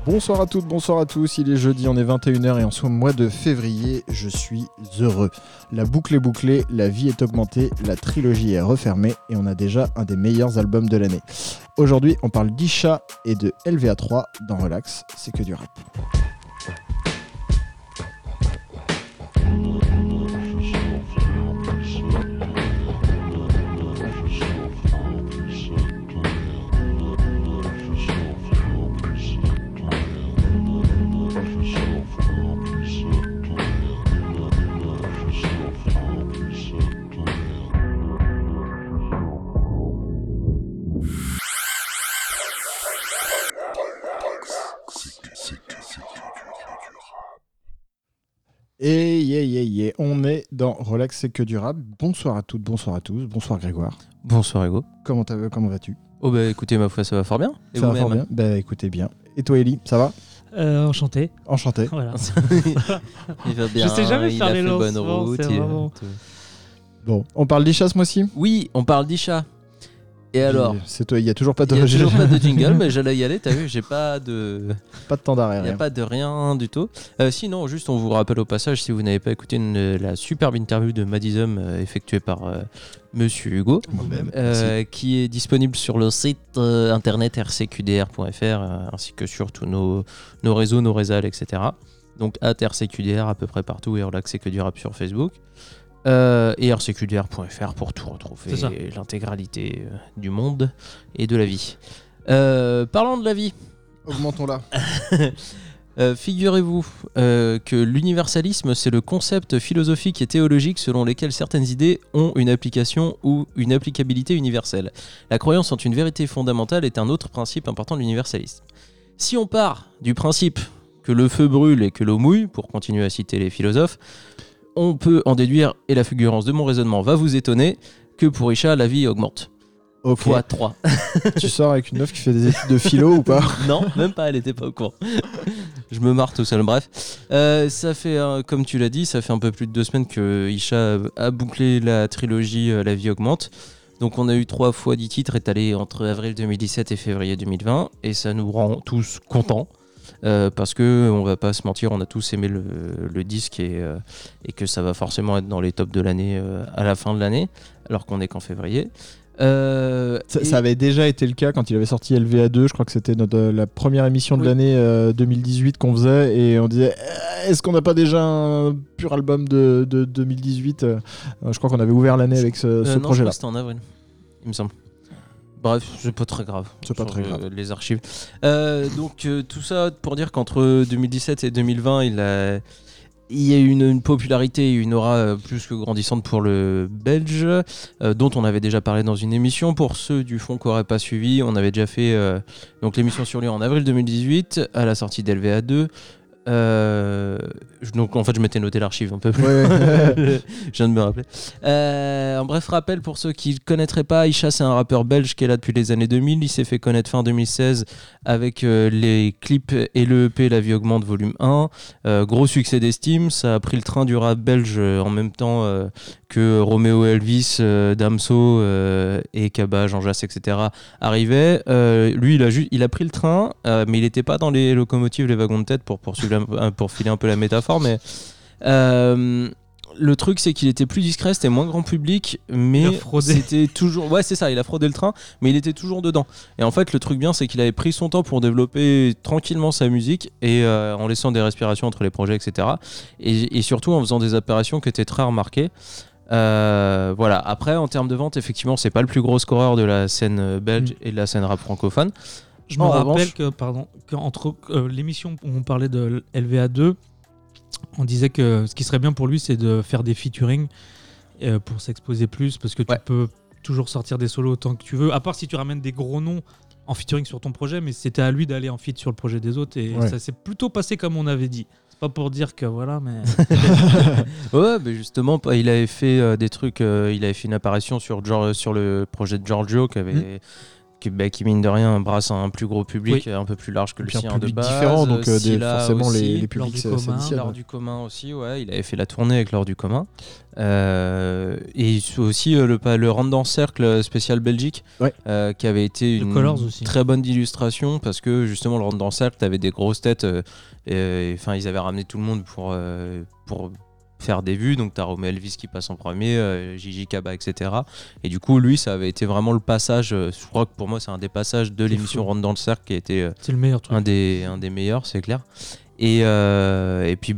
Bonsoir à toutes, bonsoir à tous, il est jeudi, on est 21h et en ce mois de février, je suis heureux. La boucle est bouclée, la vie est augmentée, la trilogie est refermée et on a déjà un des meilleurs albums de l'année. Aujourd'hui, on parle d'Isha et de LVA3 dans Relax, c'est que du rap. Et on est dans Relax, c'est que du rap. Bonsoir à toutes, bonsoir à tous, bonsoir Grégoire. Bonsoir Hugo. Comment vas-tu ? Oh bah écoutez, ma foi, ça va fort bien. Et ça va vous-même? fort bien. Bah écoutez bien. Et toi Ellie, ça va ? Enchanté. Enchanté. Voilà. Il va bien. Je sais jamais il faire a les fait bonne lancements, route. c'est vraiment... Bon, on parle d'Isha ce mois-ci ? Oui, on parle d'Isha. Et alors, c'est toi, il y a toujours pas de il n'y a toujours pas de jingle, mais j'allais y aller, t'as vu, j'ai pas de... Pas de temps d'arrêt. Il n'y a rien. pas de rien du tout. Sinon, juste on vous rappelle au passage, si vous n'avez pas écouté la superbe interview de Madism effectuée par Monsieur Hugo, Moi-même. qui est disponible sur le site internet rcqdr.fr ainsi que sur tous nos réseaux, nos résals, etc. Donc @rcqdr à peu près partout et Relax c'est que du rap sur Facebook. Et rcqdr.fr pour tout retrouver, l'intégralité du monde et de la vie. Parlons de la vie. Augmentons-la. Figurez-vous que l'universalisme, c'est le concept philosophique et théologique selon lequel certaines idées ont une application ou une applicabilité universelle. La croyance en une vérité fondamentale est un autre principe important de l'universalisme. Si on part du principe que le feu brûle et que l'eau mouille, pour continuer à citer les philosophes, on peut en déduire, et la fulgurance de mon raisonnement va vous étonner, que pour Isha, la vie augmente. Ok. Fois 3. Tu sors avec une meuf qui fait des études de philo ou pas ? Non, même pas, elle était pas au courant. Je me marre tout seul, bref. Ça fait, comme tu l'as dit, ça fait un peu plus de 2 semaines que Isha a bouclé la trilogie La vie augmente. Donc on a eu 3 fois 10 titres étalés entre avril 2017 et février 2020, et ça nous rend tous contents. Parce que on va pas se mentir, on a tous aimé le disque et que ça va forcément être dans les tops de l'année à la fin de l'année, alors qu'on est qu'en février. Ça avait déjà été le cas quand il avait sorti LVA2, je crois que c'était la première émission de l'année 2018 qu'on faisait, et on disait est-ce qu'on n'a pas déjà un pur album de 2018 ? Je crois qu'on avait ouvert l'année avec ce non, projet-là. Je crois que c'était en avril, il me semble. Bref, c'est pas très grave. C'est pas très grave. Les archives. Donc tout ça pour dire qu'entre 2017 et 2020, il y a eu une popularité et une aura plus que grandissante pour le belge, dont on avait déjà parlé dans une émission. Pour ceux du fond qui n'auraient pas suivi, on avait déjà fait donc l'émission sur lui en avril 2018, à la sortie d'LVA2. Donc en fait je m'étais noté l'archive un peu plus. Je viens de me rappeler. En bref rappel pour ceux qui ne connaîtraient pas, Isha c'est un rappeur belge qui est là depuis les années 2000. Il s'est fait connaître fin 2016 avec les clips et le EP La vie augmente volume 1. Gros succès d'estime, ça a pris le train du rap belge en même temps que Roméo Elvis, Damso et Kaba, Jean Jass, etc. arrivaient. Lui il a pris le train mais il n'était pas dans les locomotives, les wagons de tête pour filer un peu la métaphore, mais le truc c'est qu'il était plus discret, c'était moins grand public, mais c'était toujours... Ouais c'est ça, il a fraudé le train, mais il était toujours dedans. Et en fait le truc bien c'est qu'il avait pris son temps pour développer tranquillement sa musique et en laissant des respirations entre les projets, etc. Et surtout en faisant des apparitions qui étaient très remarquées. Voilà. Après en termes de vente, effectivement c'est pas le plus gros scoreur de la scène belge et de la scène rap francophone. Je me rappelle qu'entre l'émission où on parlait de LVA2, on disait que ce qui serait bien pour lui, c'est de faire des featuring pour s'exposer plus, parce que tu peux toujours sortir des solos autant que tu veux, à part si tu ramènes des gros noms en featuring sur ton projet, mais c'était à lui d'aller en feat sur le projet des autres, et ça s'est plutôt passé comme on avait dit. C'est pas pour dire que voilà, mais... Ouais, mais justement, il avait fait des trucs, il avait fait une apparition sur le projet de Giorgio qui qui mine de rien brasse un plus gros public, un peu plus large que le sien de base. Différent, donc forcément les publics s'additionnent. L'heure du commun aussi, il avait fait la tournée avec l'heure du commun. Et aussi le Random Cercle spécial Belgique, qui avait été une très bonne illustration, parce que justement le Random Cercle, t'avais des grosses têtes, ils avaient ramené tout le monde pour faire des vues, donc t'as Romeo Elvis qui passe en premier, Gigi Kaba, etc. Et du coup lui ça avait été vraiment le passage, je crois que pour moi c'est un des passages de l'émission Rentre dans le Cercle qui a été c'est le meilleur truc. un des meilleurs, c'est clair. Et puis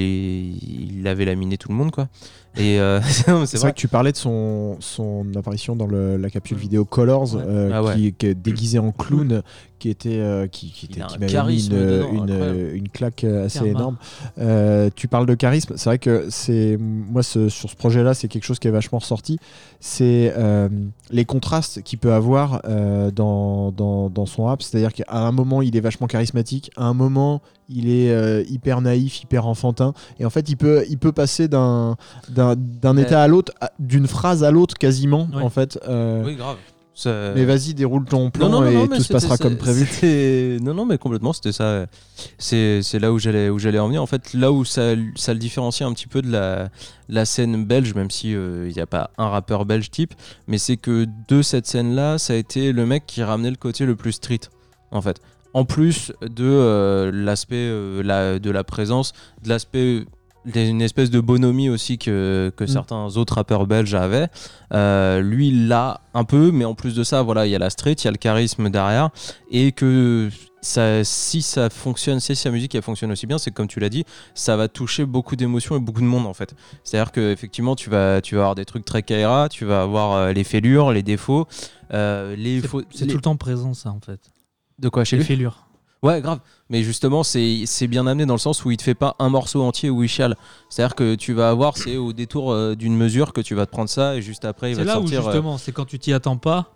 il avait laminé tout le monde, quoi. Et c'est vrai que tu parlais de son apparition dans la capsule vidéo Colors, qui est déguisé en clown, qui m'avait mis une claque assez énorme. Tu parles de charisme, c'est vrai que sur ce projet-là, c'est quelque chose qui est vachement ressorti. C'est les contrastes qu'il peut avoir dans son rap, c'est-à-dire qu'à un moment il est vachement charismatique, à un moment il est hyper naïf, hyper enfantin, et en fait il peut passer d'un état à l'autre, d'une phrase à l'autre quasiment, en fait. Oui, grave. Mais vas-y, déroule ton plan et tout se passera comme prévu. Non, mais complètement, c'était ça. C'est là où j'allais en venir. En fait, là où ça le différencie un petit peu de la scène belge, même si il n'y a pas un rappeur belge type, mais c'est que de cette scène-là, ça a été le mec qui ramenait le côté le plus street, en fait. En plus de l'aspect de la présence, de l'aspect une espèce de bonhomie aussi que certains autres rappeurs belges avaient. Lui, il l'a un peu, mais en plus de ça, il y a la street, il y a le charisme derrière, et que si sa musique elle fonctionne aussi bien, c'est que, comme tu l'as dit, ça va toucher beaucoup d'émotions et beaucoup de monde, en fait. C'est-à-dire qu'effectivement, tu vas avoir des trucs très Kaira, tu vas avoir les fêlures, les défauts. C'est tout le temps présent, ça, en fait. De quoi, chez les lui ? fêlures. Ouais, grave. Mais justement, c'est bien amené dans le sens où il te fait pas un morceau entier où il chiale. C'est-à-dire que tu vas avoir, c'est au détour d'une mesure que tu vas te prendre ça, et juste après, il va te sortir... C'est là où, justement, c'est quand tu t'y attends pas,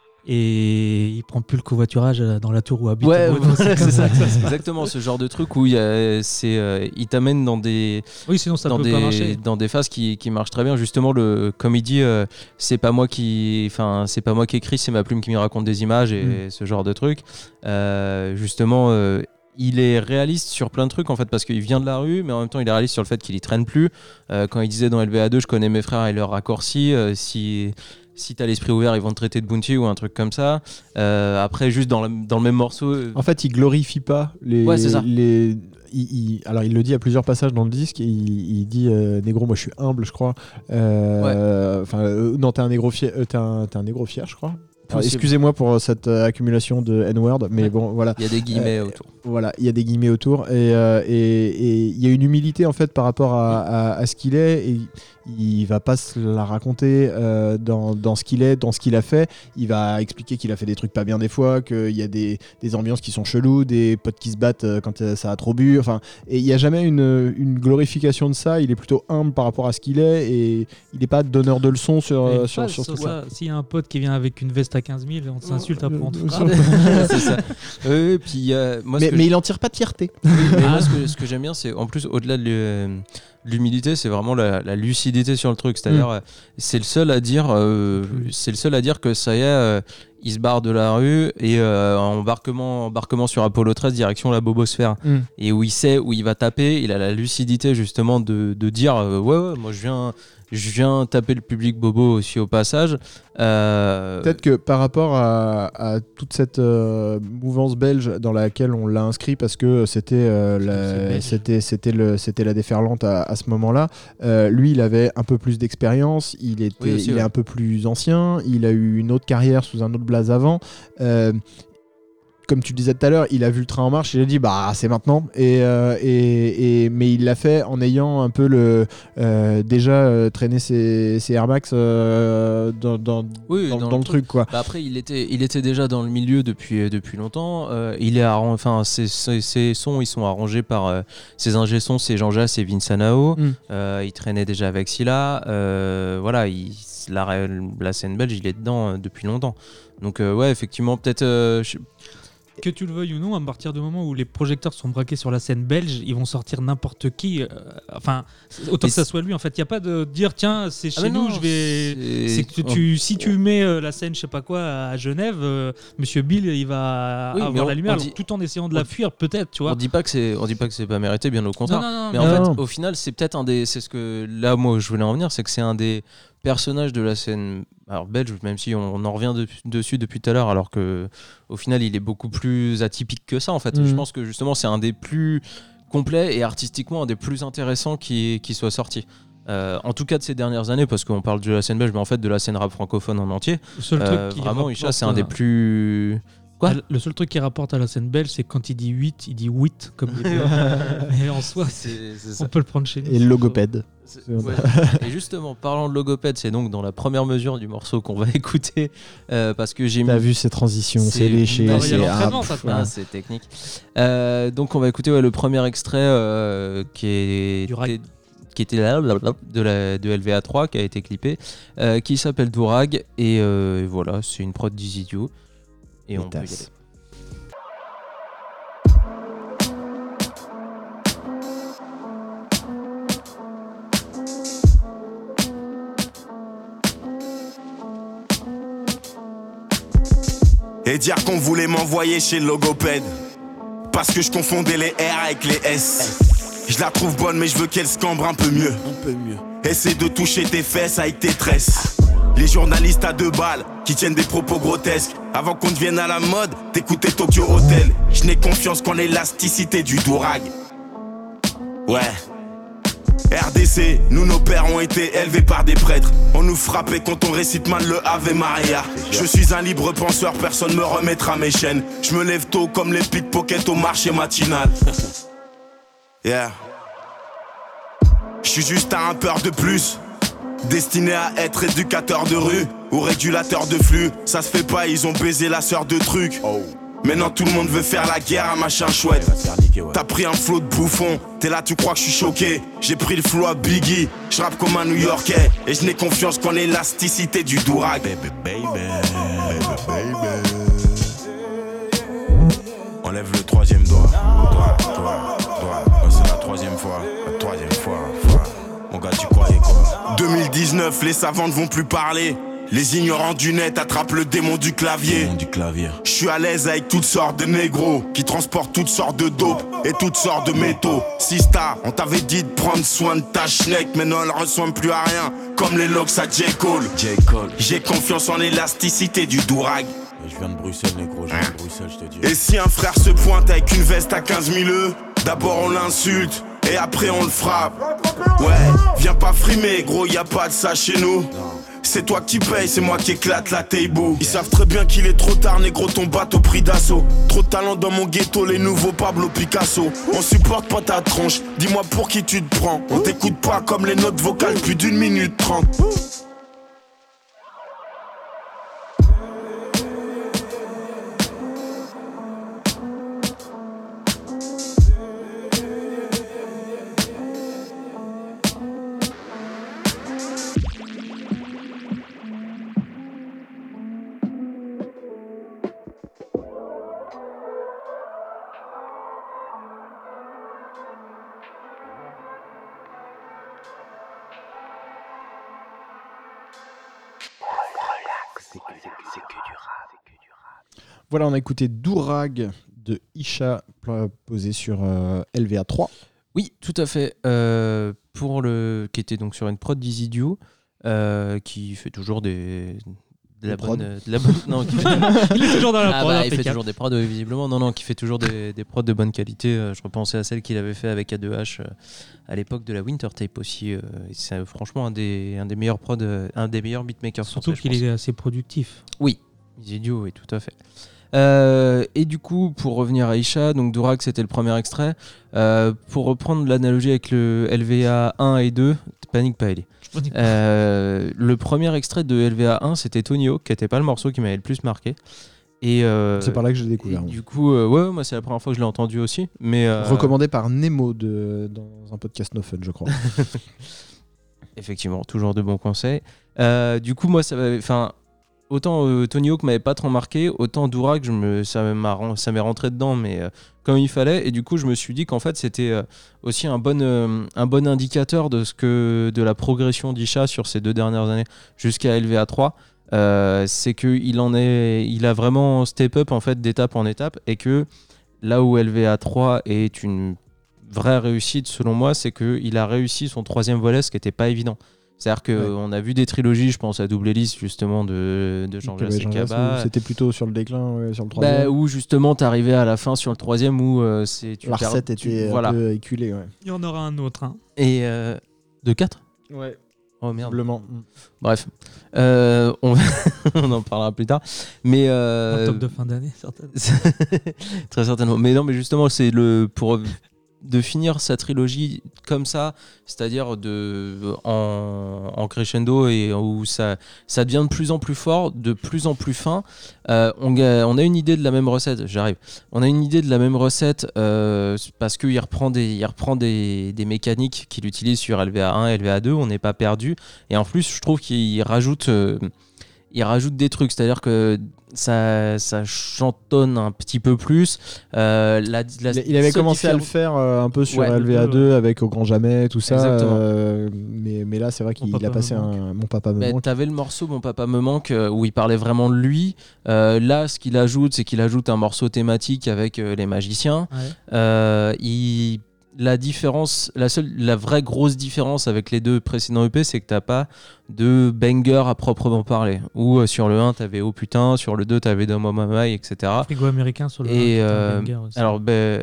et il prend plus le covoiturage dans la tour où habite. Ouais, c'est ça. Exactement, ce genre de truc où il t'amène dans des... Oui, sinon ça peut pas marcher. Dans des phases qui marchent très bien. Justement, comme il dit, c'est pas moi qui écris, c'est ma plume qui me raconte des images, et ce genre de truc. Justement... il est réaliste sur plein de trucs, en fait, parce qu'il vient de la rue, mais en même temps il est réaliste sur le fait qu'il y traîne plus. Quand il disait dans LVA2, je connais mes frères et leurs raccourcis, si t'as l'esprit ouvert, ils vont te traiter de bounty ou un truc comme ça. Après, juste dans le même morceau... En fait, il glorifie pas les... Ouais, c'est ça. Alors, il le dit à plusieurs passages dans le disque. Il dit négro, moi je suis humble, je crois. Non, t'es un négro fier, t'es un négro fier, je crois. Alors, excusez-moi pour cette accumulation de N-word, mais bon, voilà. Il y a des guillemets autour. Voilà, il y a des guillemets autour, et il y a une humilité, en fait, par rapport à ce qu'il est, et il va pas se la raconter dans ce qu'il est, dans ce qu'il a fait. Il va expliquer qu'il a fait des trucs pas bien des fois, qu'il y a des ambiances qui sont cheloues, des potes qui se battent quand ça a trop bu, enfin, et il y a jamais une glorification de ça. Il est plutôt humble par rapport à ce qu'il est, et il n'est pas donneur de leçons sur ce truc-là. S'il y a un pote qui vient avec une veste à 15 000, on s'insulte après on te frappe. C'est ça. Puis mais il en tire pas de fierté. Oui, mais moi, ce que j'aime bien, c'est en plus, au-delà de l'humilité, c'est vraiment la lucidité sur le truc. C'est-à-dire, c'est le seul à dire que ça y est, il se barre de la rue, et embarquement sur Apollo 13 direction la bobosphère, et où il sait où il va taper. Il a la lucidité justement de dire ouais, moi je viens taper le public bobo aussi au passage. Peut-être que par rapport à toute cette mouvance belge dans laquelle on l'a inscrit, parce que c'était la déferlante à ce moment-là, lui il avait un peu plus d'expérience, il est un peu plus ancien, il a eu une autre carrière sous un autre blaze avant. Comme tu le disais tout à l'heure, il a vu le train en marche, il a dit bah c'est maintenant, mais il l'a fait en ayant un peu déjà traîné ses Air Max dans le truc, quoi. Bah après il était déjà dans le milieu depuis longtemps. Ses sons ils sont arrangés par ses ingé sons, c'est Jean Jass et Vince Anao. Il traînait déjà avec Silla. Voilà, la scène belge il est dedans depuis longtemps. Donc ouais, effectivement, peut-être Que tu le veuilles ou non, à partir du moment où les projecteurs sont braqués sur la scène belge, ils vont sortir n'importe qui. Autant que ça soit lui. En fait, il n'y a pas de dire tiens, c'est chez nous, je vais. C'est que si tu mets la scène, je sais pas quoi, à Genève, Monsieur Bill, il va avoir la lumière, tout en essayant de la fuir, peut-être, tu vois. On dit pas que c'est pas mérité, bien au contraire. Non, mais en fait, au final, c'est peut-être c'est ce que là, moi, je voulais en venir, c'est que c'est un des personnage de la scène belge, même si on en revient dessus depuis tout à l'heure, alors que au final il est beaucoup plus atypique que ça en fait. Je pense que justement c'est un des plus complets et artistiquement un des plus intéressants qui soit sorti. En tout cas de ces dernières années, parce qu'on parle de la scène belge, mais en fait de la scène rap francophone en entier. Vraiment, Isha, c'est un des plus... Quoi ? Le seul truc qui rapporte à la scène belge, c'est quand il dit 8, il dit 8 comme les Belges. Et en soi, on peut le prendre chez nous. Et le logopède. Ouais. Et justement, parlant de logopède, c'est donc dans la première mesure du morceau qu'on va écouter, parce que j'ai T'as vu ces transitions, c'est léché, c'est technique. Donc on va écouter le premier extrait qui était là de LVA3, qui a été clippé, qui s'appelle Dourag, et voilà, c'est une prod d'Isidio. Et on peut y aller. Et dire qu'on voulait m'envoyer chez le logopède parce que je confondais les R avec les S. Je la trouve bonne mais je veux qu'elle se cambre un peu mieux. Essaie de toucher tes fesses avec tes tresses. Les journalistes à 2 balles qui tiennent des propos grotesques. Avant qu'on devienne à la mode, d'écouter Tokyo Hotel. Je n'ai confiance qu'en l'élasticité du Dourag. Ouais. RDC, nous nos pères ont été élevés par des prêtres. On nous frappait quand on récite mal le Ave Maria. Je suis un libre penseur, personne me remettra mes chaînes. Je me lève tôt comme les pickpockets au marché matinal. Yeah. Je suis juste un rappeur de plus, destiné à être éducateur de rue ou régulateur de flux. Ça se fait pas, ils ont baisé la sœur de trucs. Maintenant tout le monde veut faire la guerre à machin chouette. T'as pris un flow de bouffon, t'es là tu crois que je suis choqué. J'ai pris le flow à Biggie, je rappe comme un New-Yorkais. Et je n'ai confiance qu'en l'élasticité du Dourag. On lève le 3e doigt. C'est la 3e fois. Mon gars, tu croyais quoi? 2019, les savants ne vont plus parler. Les ignorants du net attrapent le démon du clavier. Je suis à l'aise avec toutes sortes de négros qui transportent toutes sortes de dope et toutes sortes de métaux. Sista, on t'avait dit de prendre soin de ta schneck, mais non, elle ressemble plus à rien, comme les locks à J. Cole. J'ai confiance en l'élasticité du Dourag. Je viens de Bruxelles, négro, je viens de Bruxelles, je te dis. Et si un frère se pointe avec une veste à 15 000 €, d'abord on l'insulte et après on le frappe. Ouais, viens pas frimer, gros, y a pas de ça chez nous. Non. C'est toi qui paye, c'est moi qui éclate la table. Ils savent très bien qu'il est trop tard, négro, ton bateau pris d'assaut. Trop de talent dans mon ghetto, les nouveaux Pablo Picasso. On supporte pas ta tronche, dis-moi pour qui tu te prends. On t'écoute pas comme les notes vocales, plus d'1 minute 30. Voilà, on a écouté Dourag de Isha posé sur LVA3. Oui, tout à fait. Qui était donc sur une prod d'Isidio, qui fait toujours il est toujours dans la prod. Il fait toujours des prods, visiblement. Non, qui fait toujours des prods de bonne qualité. Je repensais à celle qu'il avait fait avec A2H à l'époque de la Winter Tape aussi. C'est franchement un des meilleurs prods, un des meilleurs beatmakers. Surtout qu'il est assez productif. Oui, Isidio, oui, tout à fait. Et du coup, pour revenir à Isha, donc Dourag c'était le premier extrait. Pour reprendre l'analogie avec le LVA 1 et 2, panique pas Ellie. Le premier extrait de LVA 1 c'était Tony Hawk, qui n'était pas le morceau qui m'avait le plus marqué. Et c'est par là que j'ai découvert. Du coup, moi c'est la première fois que je l'ai entendu aussi. Mais recommandé par Nemo dans un podcast No Fun, je crois. Effectivement, toujours de bons conseils. Du coup, moi ça m'avait. autant Tony Hawk m'avait pas trop marqué, autant Dourak ça m'est rentré dedans, mais comme il fallait. Et du coup, je me suis dit qu'en fait, c'était aussi un bon indicateur de la progression d'Isha sur ces 2 dernières années jusqu'à LVA 3. C'est qu'il a vraiment step up en fait d'étape en étape, et que là où LVA 3 est une vraie réussite selon moi, c'est qu'il a réussi son 3e volet, ce qui n'était pas évident. C'est-à-dire qu'on a vu des trilogies, je pense à Double Hélice justement de Jean-Jacques Sekaba. C'était plutôt sur le déclin, sur le 3e. Où justement t'arrivais à la fin sur le 3e où la recette était un peu éculée. Ouais. Il y en aura un autre. Hein. Et de 4 ? Ouais. Oh merde. Probablement. Bref, on en parlera plus tard. Mais un top de fin d'année, certainement. Très certainement. Mais non, mais justement, c'est pour de finir sa trilogie comme ça, c'est-à-dire en crescendo, et où ça devient de plus en plus fort, de plus en plus fin. On a une idée de la même recette. On a une idée de la même recette parce qu'il reprend des mécaniques qu'il utilise sur LVA 1, LVA 2. On n'est pas perdu. Et en plus, je trouve qu'il rajoute des trucs, c'est-à-dire que ça chantonne un petit peu plus. Il avait commencé à le faire un peu sur LVA2 avec Au Grand Jamais, tout ça. Mais là, c'est vrai qu'il a passé Mon Papa Me Manque. T'avais le morceau Mon Papa Me Manque où il parlait vraiment de lui. Là, ce qu'il ajoute, c'est qu'il ajoute un morceau thématique avec les magiciens. Ouais. La vraie grosse différence avec les 2 précédents EP, c'est que t'as pas de banger à proprement parler. Ou sur le 1, t'avais Oh Putain, sur le 2, t'avais Domo Mamai, etc. Frigo américain sur le 1, banger aussi. Alors,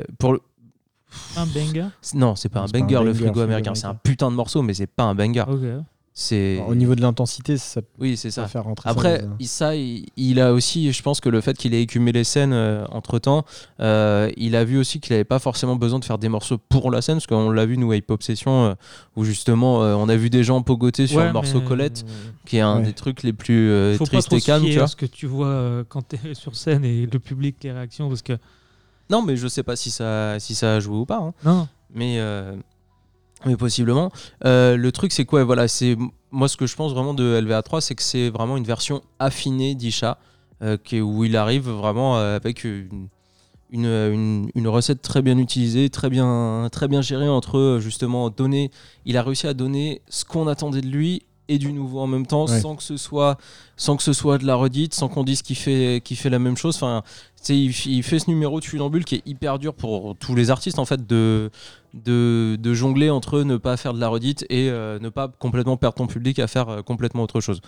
un banger ? Non, c'est pas un banger, le Frigo américain. C'est un putain de morceau, mais c'est pas un banger. Okay. Au niveau de l'intensité, ça oui, c'est ça. Faire rentrer après il a aussi, je pense que le fait qu'il ait écumé les scènes entre temps, il a vu aussi qu'il n'avait pas forcément besoin de faire des morceaux pour la scène, parce qu'on l'a vu nous à Hip Hop Session où justement on a vu des gens pogoter sur le morceau Colette, qui est un des trucs les plus tristes et calmes. Faut pas trop ce que tu vois quand tu es sur scène et le public, les réactions, parce que non, mais je sais pas si ça a joué ou pas, hein. Non, mais possiblement. Le truc, c'est quoi, voilà, c'est moi ce que je pense vraiment de LVA3, c'est que c'est vraiment une version affinée d'Isha, où il arrive vraiment avec une recette très bien utilisée, très bien gérée entre justement il a réussi à donner ce qu'on attendait de lui et du nouveau en même temps, sans que ce soit de la redite, sans qu'on dise qu'il fait la même chose. Enfin, il fait ce numéro de funambule qui est hyper dur pour tous les artistes en fait de jongler entre ne pas faire de la redite et ne pas complètement perdre ton public à faire complètement autre chose.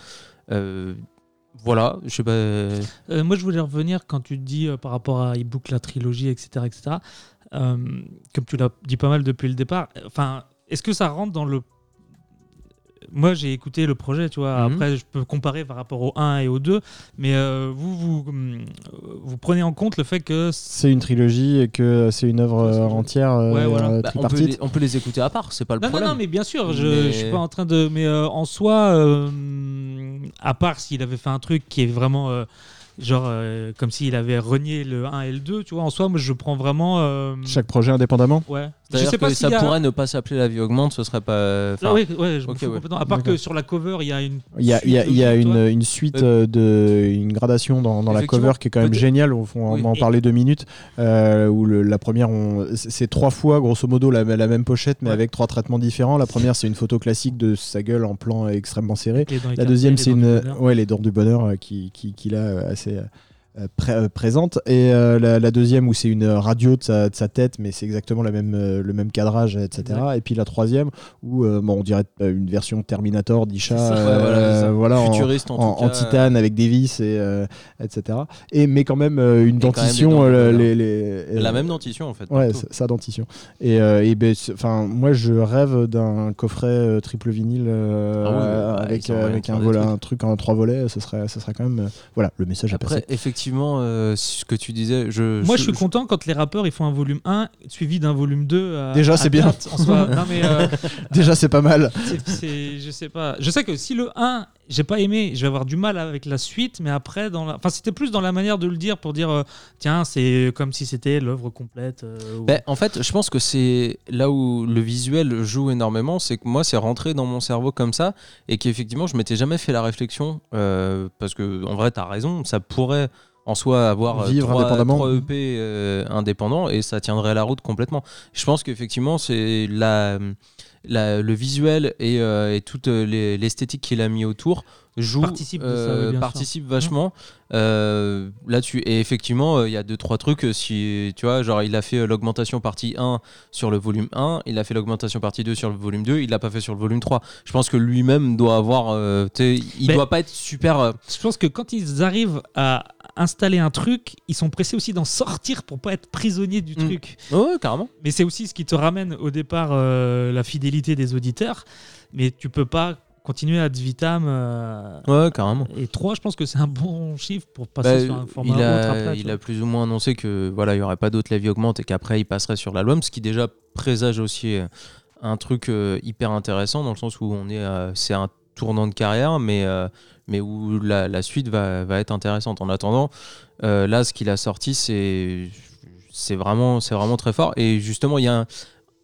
Voilà, je sais pas. Moi, je voulais revenir quand tu dis par rapport à e-book, la trilogie, etc., etc. Comme tu l'as dit pas mal depuis le départ. Enfin, est-ce que ça rentre dans le... Moi, j'ai écouté le projet, tu vois. Après, je peux comparer par rapport au 1 et au 2, mais vous prenez en compte le fait que c'est une trilogie et que c'est une œuvre entière tripartite. On peut les écouter à part, c'est pas le problème. Non, mais bien sûr, je suis pas en train de... Mais en soi, à part s'il avait fait un truc qui est vraiment... comme s'il avait renié le 1 et le 2, tu vois. En soi, moi, je prends vraiment... Chaque projet indépendamment. Ouais. Je sais pas si ça pourrait ne pas s'appeler La Vie Augmente, ce serait pas... Oui, je me fous complètement. À part que sur la cover, il y a une... Il y a une suite, une gradation dans la cover qui est quand même géniale. On va en parler 2 minutes. Où la première, c'est 3 fois, grosso modo, la même pochette, mais avec 3 traitements différents. La première, c'est une photo classique de sa gueule en plan extrêmement serré. La deuxième, c'est les dents du bonheur qu'il a assez... présente, et la deuxième où c'est une radio de sa tête, mais c'est exactement le même cadrage, etc. Et puis la troisième où on dirait une version Terminator d'Isha, futuriste en titane avec des vis, etc. Mais quand même une dentition, la même dentition en fait. Ouais, sa dentition. Moi je rêve d'un coffret triple vinyle avec un truc en 3 volets. Ce serait quand même le message. Après, effectivement, ce que tu disais, je suis content quand les rappeurs ils font un volume 1 suivi d'un volume 2 déjà c'est bien en soi. Non, mais déjà c'est pas mal. je sais pas, je sais que si le 1 j'ai pas aimé, je vais avoir du mal avec la suite, mais après, c'était plus dans la manière de le dire pour dire tiens, c'est comme si c'était l'œuvre complète. En fait, je pense que c'est là où le visuel joue énormément, c'est que moi, c'est rentré dans mon cerveau comme ça, et qu'effectivement, je m'étais jamais fait la réflexion, parce que en vrai, t'as raison, ça pourrait en soi avoir trois EP indépendants, et ça tiendrait la route complètement. Je pense qu'effectivement, c'est le visuel et toute l'esthétique qu'il a mis autour participe vachement là-dessus. Et effectivement, il y a 2-3 trucs. Si tu vois, genre il a fait l'augmentation partie 1 sur le volume 1, il a fait l'augmentation partie 2 sur le volume 2, il l'a pas fait sur le volume 3. Je pense que lui-même doit avoir doit pas être super Je pense que quand ils arrivent à installer un truc, ils sont pressés aussi d'en sortir pour pas être prisonniers du truc. Ouais, carrément. Mais c'est aussi ce qui te ramène au départ la fidélité des auditeurs, mais tu peux pas continuer ad vitam. Ouais, carrément. Et 3, je pense que c'est un bon chiffre pour passer sur un format autre après. Il a plus ou moins annoncé que voilà, il y aurait pas d'autres La Vie Augmente et qu'après il passerait sur l'album, ce qui déjà présage aussi un truc hyper intéressant dans le sens où c'est un tournant de carrière, mais où la suite va être intéressante. En attendant, là, ce qu'il a sorti, c'est vraiment très fort. Et justement, il y a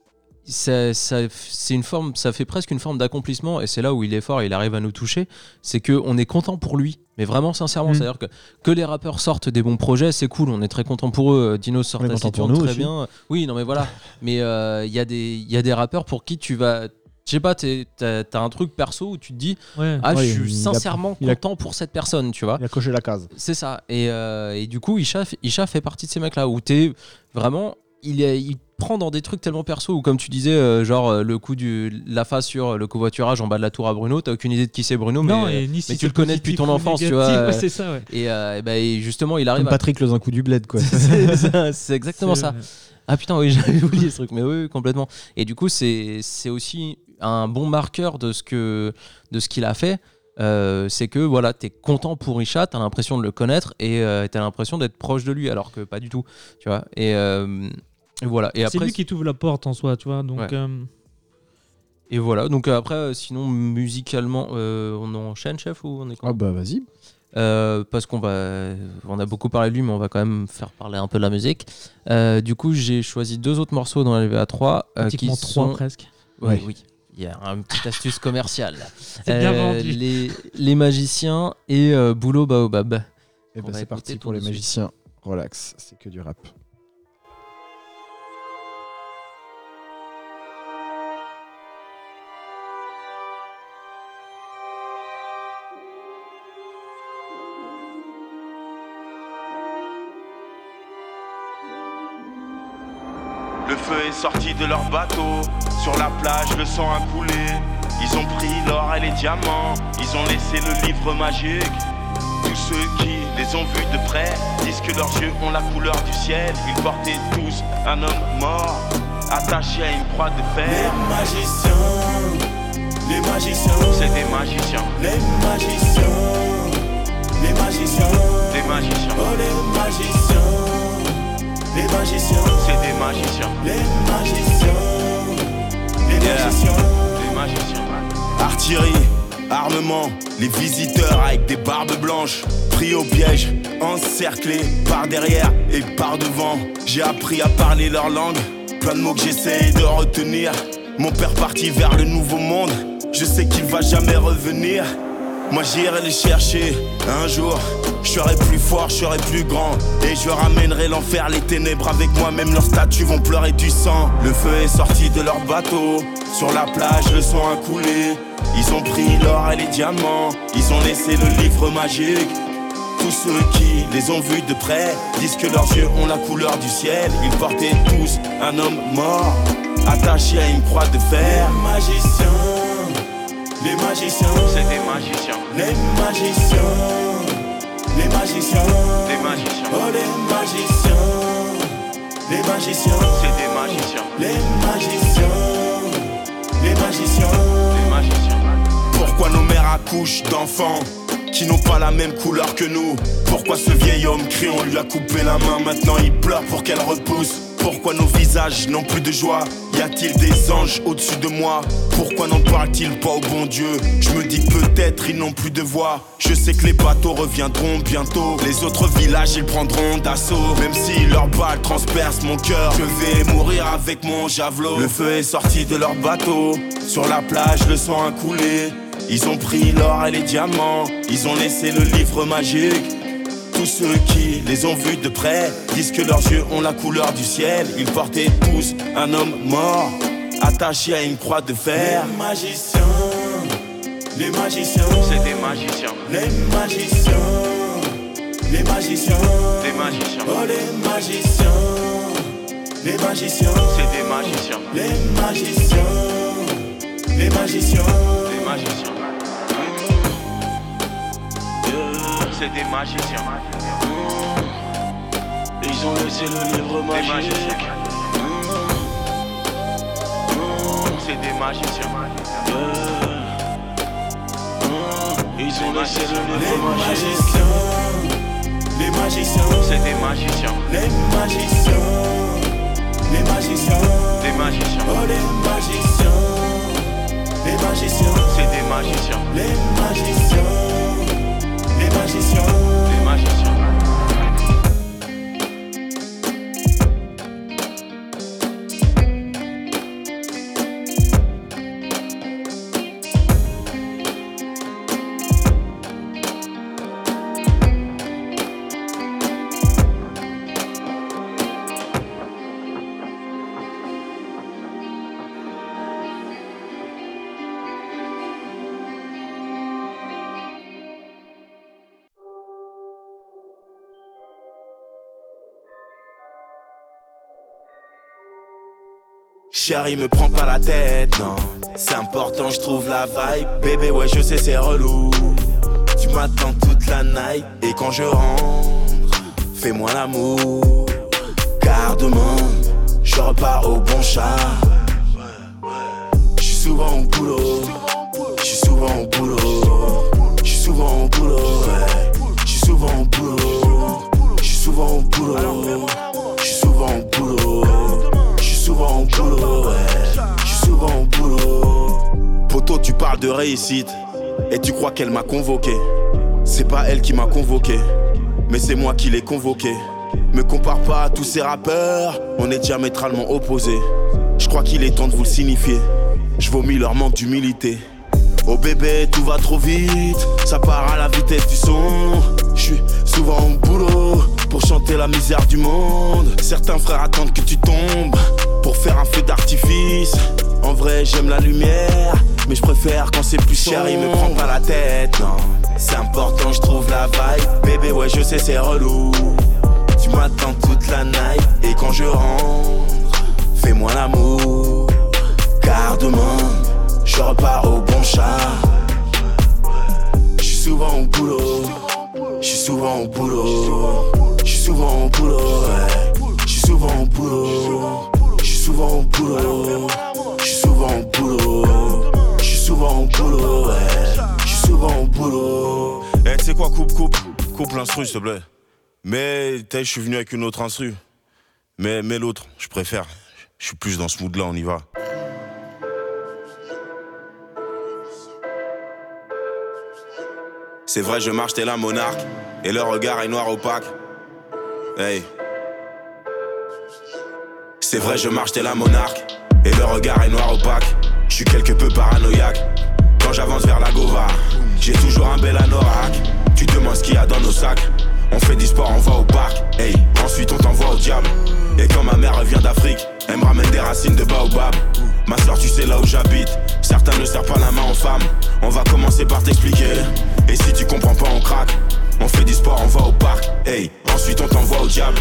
c'est une forme, ça fait presque une forme d'accomplissement, et c'est là où il est fort et il arrive à nous toucher. C'est qu'on est content pour lui, mais vraiment sincèrement. C'est-à-dire que les rappeurs sortent des bons projets, c'est cool, on est très content pour eux. Dino sort Taciturne très bien. Oui, non mais voilà. Mais il y a des rappeurs pour qui tu vas, je sais pas, t'as un truc perso où tu te dis je suis sincèrement content pour cette personne, tu vois. Il a coché la case. C'est ça. Et du coup, Isha fait partie de ces mecs-là où t'es vraiment, il prend dans des trucs tellement perso, ou comme tu disais, genre le coup la face sur le covoiturage en bas de la tour à Bruno, t'as aucune idée de qui c'est Bruno, mais tu le connais depuis ton enfance, tu vois. Ouais, c'est ça, ouais. Et justement, il arrive comme Patrick le coup du bled, quoi. c'est exactement ça. Ah putain, oui, j'avais oublié ce truc, mais oui, complètement. Et du coup, c'est aussi un bon marqueur de ce qu'il a fait. C'est que voilà, t'es content pour Isha, t'as l'impression de le connaître et t'as l'impression d'être proche de lui, alors que pas du tout, tu vois. Et voilà. Et après, c'est lui qui t'ouvre la porte en soi, tu vois. Donc. Ouais. Et voilà. Donc après, sinon musicalement, on enchaîne, chef, ou on est quoi ? Ah bah vas-y. Parce on a beaucoup parlé de lui, mais on va quand même faire parler un peu de la musique. Du coup, j'ai choisi 2 autres morceaux dans la LVA3 qui sont 3 presque. Ouais, oui. Il y a une petite astuce commerciale. C'est bien vendu. Les magiciens et Boulot Baobab. Et c'est parti pour les magiciens. Relax, c'est que du rap. Le feu est sorti de leur bateau, sur la plage le sang a coulé. Ils ont pris l'or et les diamants, ils ont laissé le livre magique. Tous ceux qui les ont vus de près disent que leurs yeux ont la couleur du ciel. Ils portaient tous un homme mort, attaché à une croix de fer. Les magiciens, c'est des magiciens. Les magiciens, les magiciens, des magiciens. Oh les magiciens. Les magiciens, c'est des magiciens. Les magiciens, les magiciens, les magiciens. Artillerie, armement, les visiteurs avec des barbes blanches, pris au piège, encerclés par derrière et par devant. J'ai appris à parler leur langue, plein de mots que j'essaye de retenir. Mon père parti vers le nouveau monde, je sais qu'il va jamais revenir. Moi j'irai les chercher un jour. Je serai plus fort, je serai plus grand. Et je ramènerai l'enfer, les ténèbres avec moi. Même leurs statues vont pleurer du sang. Le feu est sorti de leur bateau, sur la plage le sang a coulé. Ils ont pris l'or et les diamants, ils ont laissé le livre magique. Tous ceux qui les ont vus de près disent que leurs yeux ont la couleur du ciel. Ils portaient tous un homme mort, attaché à une croix de fer. Les magiciens, les magiciens, c'est des magiciens. Les magiciens, les magiciens, les magiciens. Oh les magiciens, les magiciens, c'est des magiciens. Les magiciens, les magiciens, les magiciens. Pourquoi nos mères accouchent d'enfants qui n'ont pas la même couleur que nous? Pourquoi ce vieil homme crie, on lui a coupé la main, maintenant il pleure pour qu'elle repousse? Pourquoi nos visages n'ont plus de joie? Y a-t-il des anges au-dessus de moi? Pourquoi n'en parle-t-il pas au bon Dieu? Je me dis que peut-être ils n'ont plus de voix. Je sais que les bateaux reviendront bientôt. Les autres villages ils prendront d'assaut. Même si leurs balles transpercent mon cœur, je vais mourir avec mon javelot. Le feu est sorti de leur bateau. Sur la plage le sang a coulé. Ils ont pris l'or et les diamants. Ils ont laissé le livre magique. Tous ceux qui les ont vus de près disent que leurs yeux ont la couleur du ciel. Ils portaient tous un homme mort attaché à une croix de fer. Les magiciens, les magiciens, c'est des magiciens. les magiciens, les magiciens, Des magiciens, oh les magiciens, les magiciens, c'est des magiciens. les magiciens, les magiciens, Des magiciens. C'est des magiciens. ils ont laissé le livre Des magique. magiciens. C'est des magiciens. Ils ont laissé le Les livre magique. Les magiciens, C'est des magiciens. les magiciens, les magiciens, Des magiciens. oh les magiciens, les magiciens, C'est des magiciens. les magiciens, les magiciens. Des magiciens. Chérie, me prends pas la tête, non. C'est important, je trouve la vibe. Bébé, ouais, je sais, c'est relou. Tu m'attends toute la night. Et quand je rentre, fais-moi l'amour. Garde-monde, je repars au bon chat. Je suis souvent au boulot. Je suis souvent au boulot. Je suis souvent au boulot, ouais. Je suis souvent au boulot. Je suis souvent au boulot. Je suis souvent au boulot. Souvent au boulot, ouais. Je suis souvent au boulot. Poto, tu parles de réussite et tu crois qu'elle m'a convoqué. C'est pas elle qui m'a convoqué, mais c'est moi qui l'ai convoqué. Me compare pas à tous ces rappeurs, on est diamétralement opposés. Je crois qu'il est temps de vous le signifier. Je vomis leur manque d'humilité. Oh bébé, tout va trop vite, ça part à la vitesse du son. Je suis souvent au boulot pour chanter la misère du monde. Certains frères attendent que tu tombes pour faire un feu d'artifice. En vrai j'aime la lumière, mais je préfère quand c'est plus sombre. Chérie, me prends pas la tête, non. C'est important, je trouve la vibe. Bébé, ouais, je sais, c'est relou. Tu m'attends toute la night. Et quand je rentre, fais-moi l'amour. Garde-monde, je repars au bon chat. Je suis souvent au boulot. Je suis souvent au boulot. Je suis souvent au boulot, ouais. Je suis souvent au boulot. Je suis souvent au boulot. Je suis souvent au boulot. Je suis souvent au boulot, ouais. Je suis souvent au boulot. Eh, tu sais quoi, coupe l'instru, s'il te plaît. Mais, je suis venu avec une autre instru. Mais l'autre, je préfère. Je suis plus dans ce mood-là, on y va. C'est vrai, je marche, t'es la monarque. Et le regard est noir opaque. Hey. C'est vrai, je marche, t'es la monarque. Et le regard est noir opaque. Je suis quelque peu paranoïaque. Quand j'avance vers la Gova, j'ai toujours un bel anorak. Tu demandes ce qu'il y a dans nos sacs. On fait du sport, on va au parc. Hey, ensuite on t'envoie au diable. Et quand ma mère revient d'Afrique, elle me ramène des racines de baobab. Ma soeur, tu sais là où j'habite. Certains ne serrent pas la main aux femmes. On va commencer par t'expliquer. Et si tu comprends pas, on craque. On fait du sport, on va au parc. Hey, ensuite on t'envoie au diable.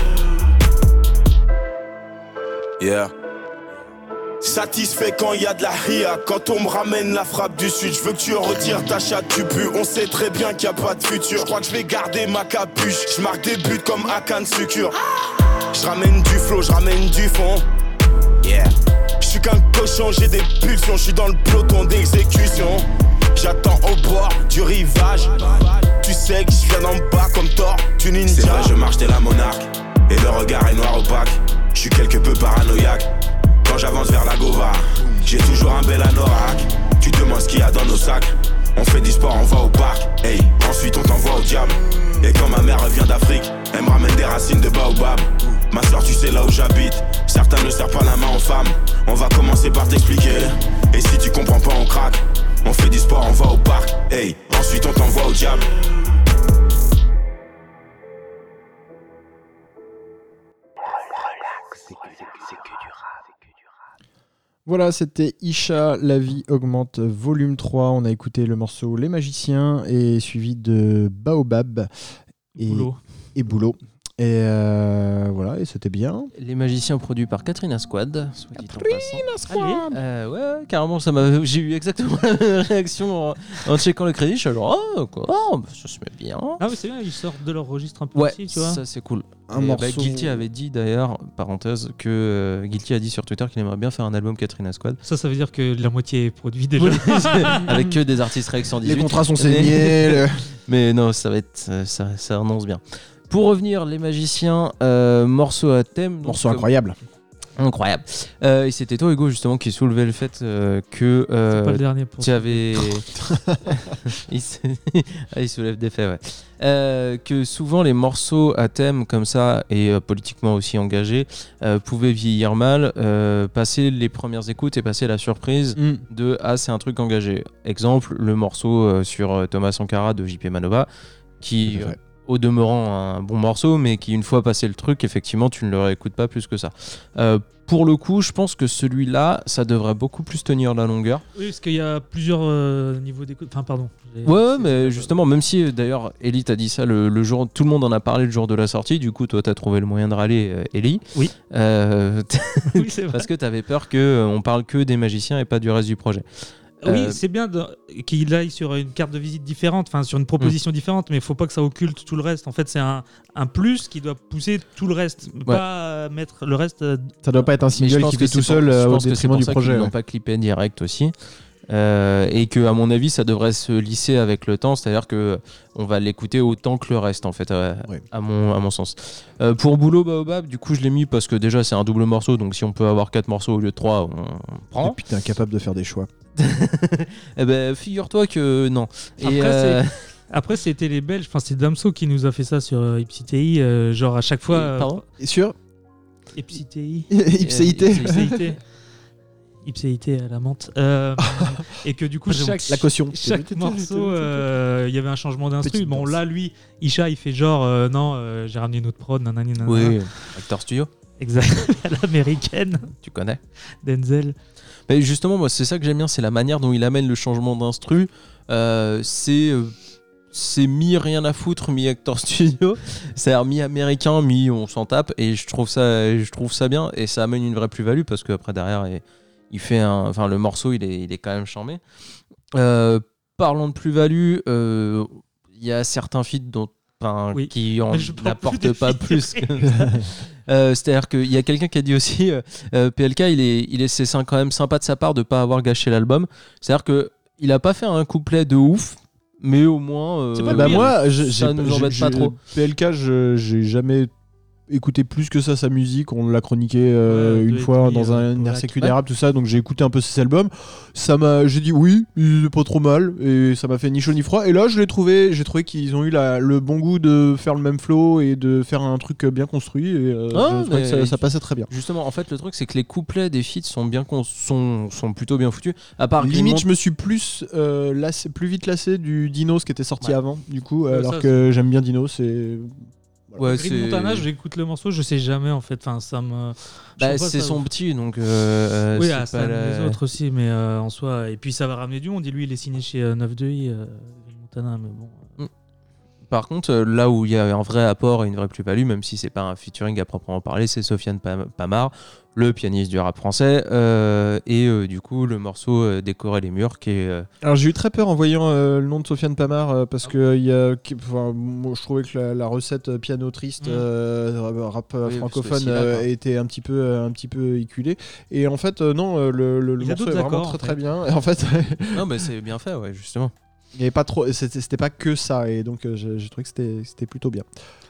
Yeah. Satisfait quand y a de la ria. Quand on me ramène la frappe du sud, je veux que tu retires ta chatte du but. On sait très bien qu'il y a pas de futur. Je crois que je vais garder ma capuche. Je marque des buts comme Akan Sucure. Je ramène du flow, je ramène du fond. Yeah. Je suis qu'un cochon, j'ai des pulsions. Je suis dans le peloton d'exécution. J'attends au bord du rivage. Tu sais que je viens d'en bas comme Thor, tu ninja. C'est vrai, je marche, t'es la monarque. Et le regard est noir opaque. Je suis quelque peu paranoïaque quand j'avance vers la Gova. J'ai toujours un bel anorak. Tu demandes ce qu'il y a dans nos sacs. On fait du sport, on va au parc. Hey, ensuite on t'envoie au diable. Et quand ma mère revient d'Afrique, elle me ramène des racines de baobab. Ma soeur, tu sais là où j'habite. Certains ne serrent pas la main aux femmes. On va commencer par t'expliquer. Et si tu comprends pas, on craque. On fait du sport, on va au parc. Hey, ensuite on t'envoie au diable. Voilà, c'était Isha, La vie augmente, volume 3. On a écouté le morceau Les Magiciens et suivi de Baobab et Boulot. Et voilà, et c'était bien. Les Magiciens produits par Katrina Squad. Ouais, carrément, j'ai eu exactement la même réaction en checkant le crédit. Je suis genre, ça se met bien. Ah oui, c'est bien, ils sortent de leur registre un peu aussi, tu vois. Ça c'est cool. Guilty avait dit d'ailleurs, parenthèse, que Guilty a dit sur Twitter qu'il aimerait bien faire un album Katrina Squad. Ça veut dire que la moitié est produit déjà. Avec que des artistes Rex 118. Les contrats sont signés. Mais non, ça va être, ça annonce bien. Pour revenir, Les Magiciens, morceau à thème. Morceau incroyable. Incroyable. Et c'était toi, Hugo, justement, qui soulevait le fait que. C'est pas le dernier pour tu avais. Il soulève des faits, ouais. Que souvent les morceaux à thème comme ça et politiquement aussi engagés pouvaient vieillir mal, passer les premières écoutes et passer la surprise de c'est un truc engagé. Exemple, le morceau sur Thomas Sankara de JP Manova, qui. Au demeurant un bon morceau, mais qui une fois passé le truc, effectivement tu ne le réécoutes pas plus que ça. Pour le coup, je pense que celui-là, ça devrait beaucoup plus tenir la longueur. Oui, parce qu'il y a plusieurs niveaux d'écoute. Enfin, pardon. Ouais, mais justement, même si d'ailleurs Ellie t'a dit ça le jour, tout le monde en a parlé le jour de la sortie, du coup toi t'as trouvé le moyen de râler, Ellie. Oui. Oui, c'est vrai. Parce que t'avais peur qu'on parle que des magiciens et pas du reste du projet. Oui, c'est bien qu'il aille sur une carte de visite différente, enfin sur une proposition différente, mais il ne faut pas que ça occulte tout le reste. En fait, c'est un plus qui doit pousser tout le reste, pas mettre le reste. Ça doit pas être un single qui fait tout seul au détriment du projet. Ils n'ont pas clippé direct aussi. Et que à mon avis ça devrait se lisser avec le temps, c'est-à-dire que on va l'écouter autant que le reste en fait, à mon sens. Pour Boulot Baobab, du coup je l'ai mis parce que déjà c'est un double morceau, donc si on peut avoir 4 morceaux au lieu de 3, on prend. Et puis t'es incapable de faire des choix. Eh ben figure-toi que non. Après c'était les Belges, enfin c'est Damso qui nous a fait ça sur Ipsitei, genre à chaque fois. Pardon Sur Ipsitei. Ipséité. Ipséité à la menthe. Et que du coup, la caution. Chaque morceau, il y avait un changement d'instru. Bon, là, lui, Isha, il fait genre, non, j'ai ramené une autre prod, nanani, nanana. Oui, Actor Studio. Exact, à l'américaine. Tu connais. Denzel. Mais justement, moi, c'est ça que j'aime bien, c'est la manière dont il amène le changement d'instru. C'est mi-rien à foutre, mi-Actor Studio. C'est-à-dire mi-américain, mi-on s'en tape. Et je trouve ça bien. Et ça amène une vraie plus-value parce qu'après, derrière, il fait le morceau, il est quand même charmé. Parlons de plus-value, il y a certains feats qui n'apportent pas plus que ça. C'est-à-dire qu'il y a quelqu'un qui a dit aussi PLK, c'est quand même sympa de sa part de pas avoir gâché l'album. C'est-à-dire qu'il a pas fait un couplet de ouf, mais au moins moi, ça nous embête pas trop. PLK, j'ai jamais écouté plus que ça sa musique, on l'a chroniqué une fois dans un RCQ d'Arabe, tout ça, donc j'ai écouté un peu ses albums, j'ai dit oui, il est pas trop mal, et ça m'a fait ni chaud ni froid, et là j'ai trouvé qu'ils ont eu le bon goût de faire le même flow et de faire un truc bien construit, et je trouvais que ça passait très bien. Justement, en fait le truc c'est que les couplets des feats sont plutôt bien foutus, à part limite je me suis plus vite lassé du Dinos qui était sorti avant, du coup, alors que j'aime bien Dinos, et Green Montana, j'écoute le morceau, je sais jamais en fait. Enfin, ça me. C'est son petit, donc. Oui, c'est les autres aussi, mais en soi. Et puis ça va ramener du monde. Et lui, il est signé chez 9-2i, Green Montana, mais bon. Par contre, là où il y a un vrai apport et une vraie plus-value, même si c'est pas un featuring à proprement parler, c'est Sofiane Pamar, le pianiste du rap français, et du coup le morceau Décorer les murs qui est. Alors j'ai eu très peur en voyant le nom de Sofiane Pamar parce que moi, je trouvais que la recette piano triste rap francophone était un petit peu éculée, et en fait non, le morceau est vraiment très bien. Et en fait non mais c'est bien fait, ouais, justement. Il y avait pas trop, c'était pas que ça, et donc j'ai trouvé que c'était plutôt bien.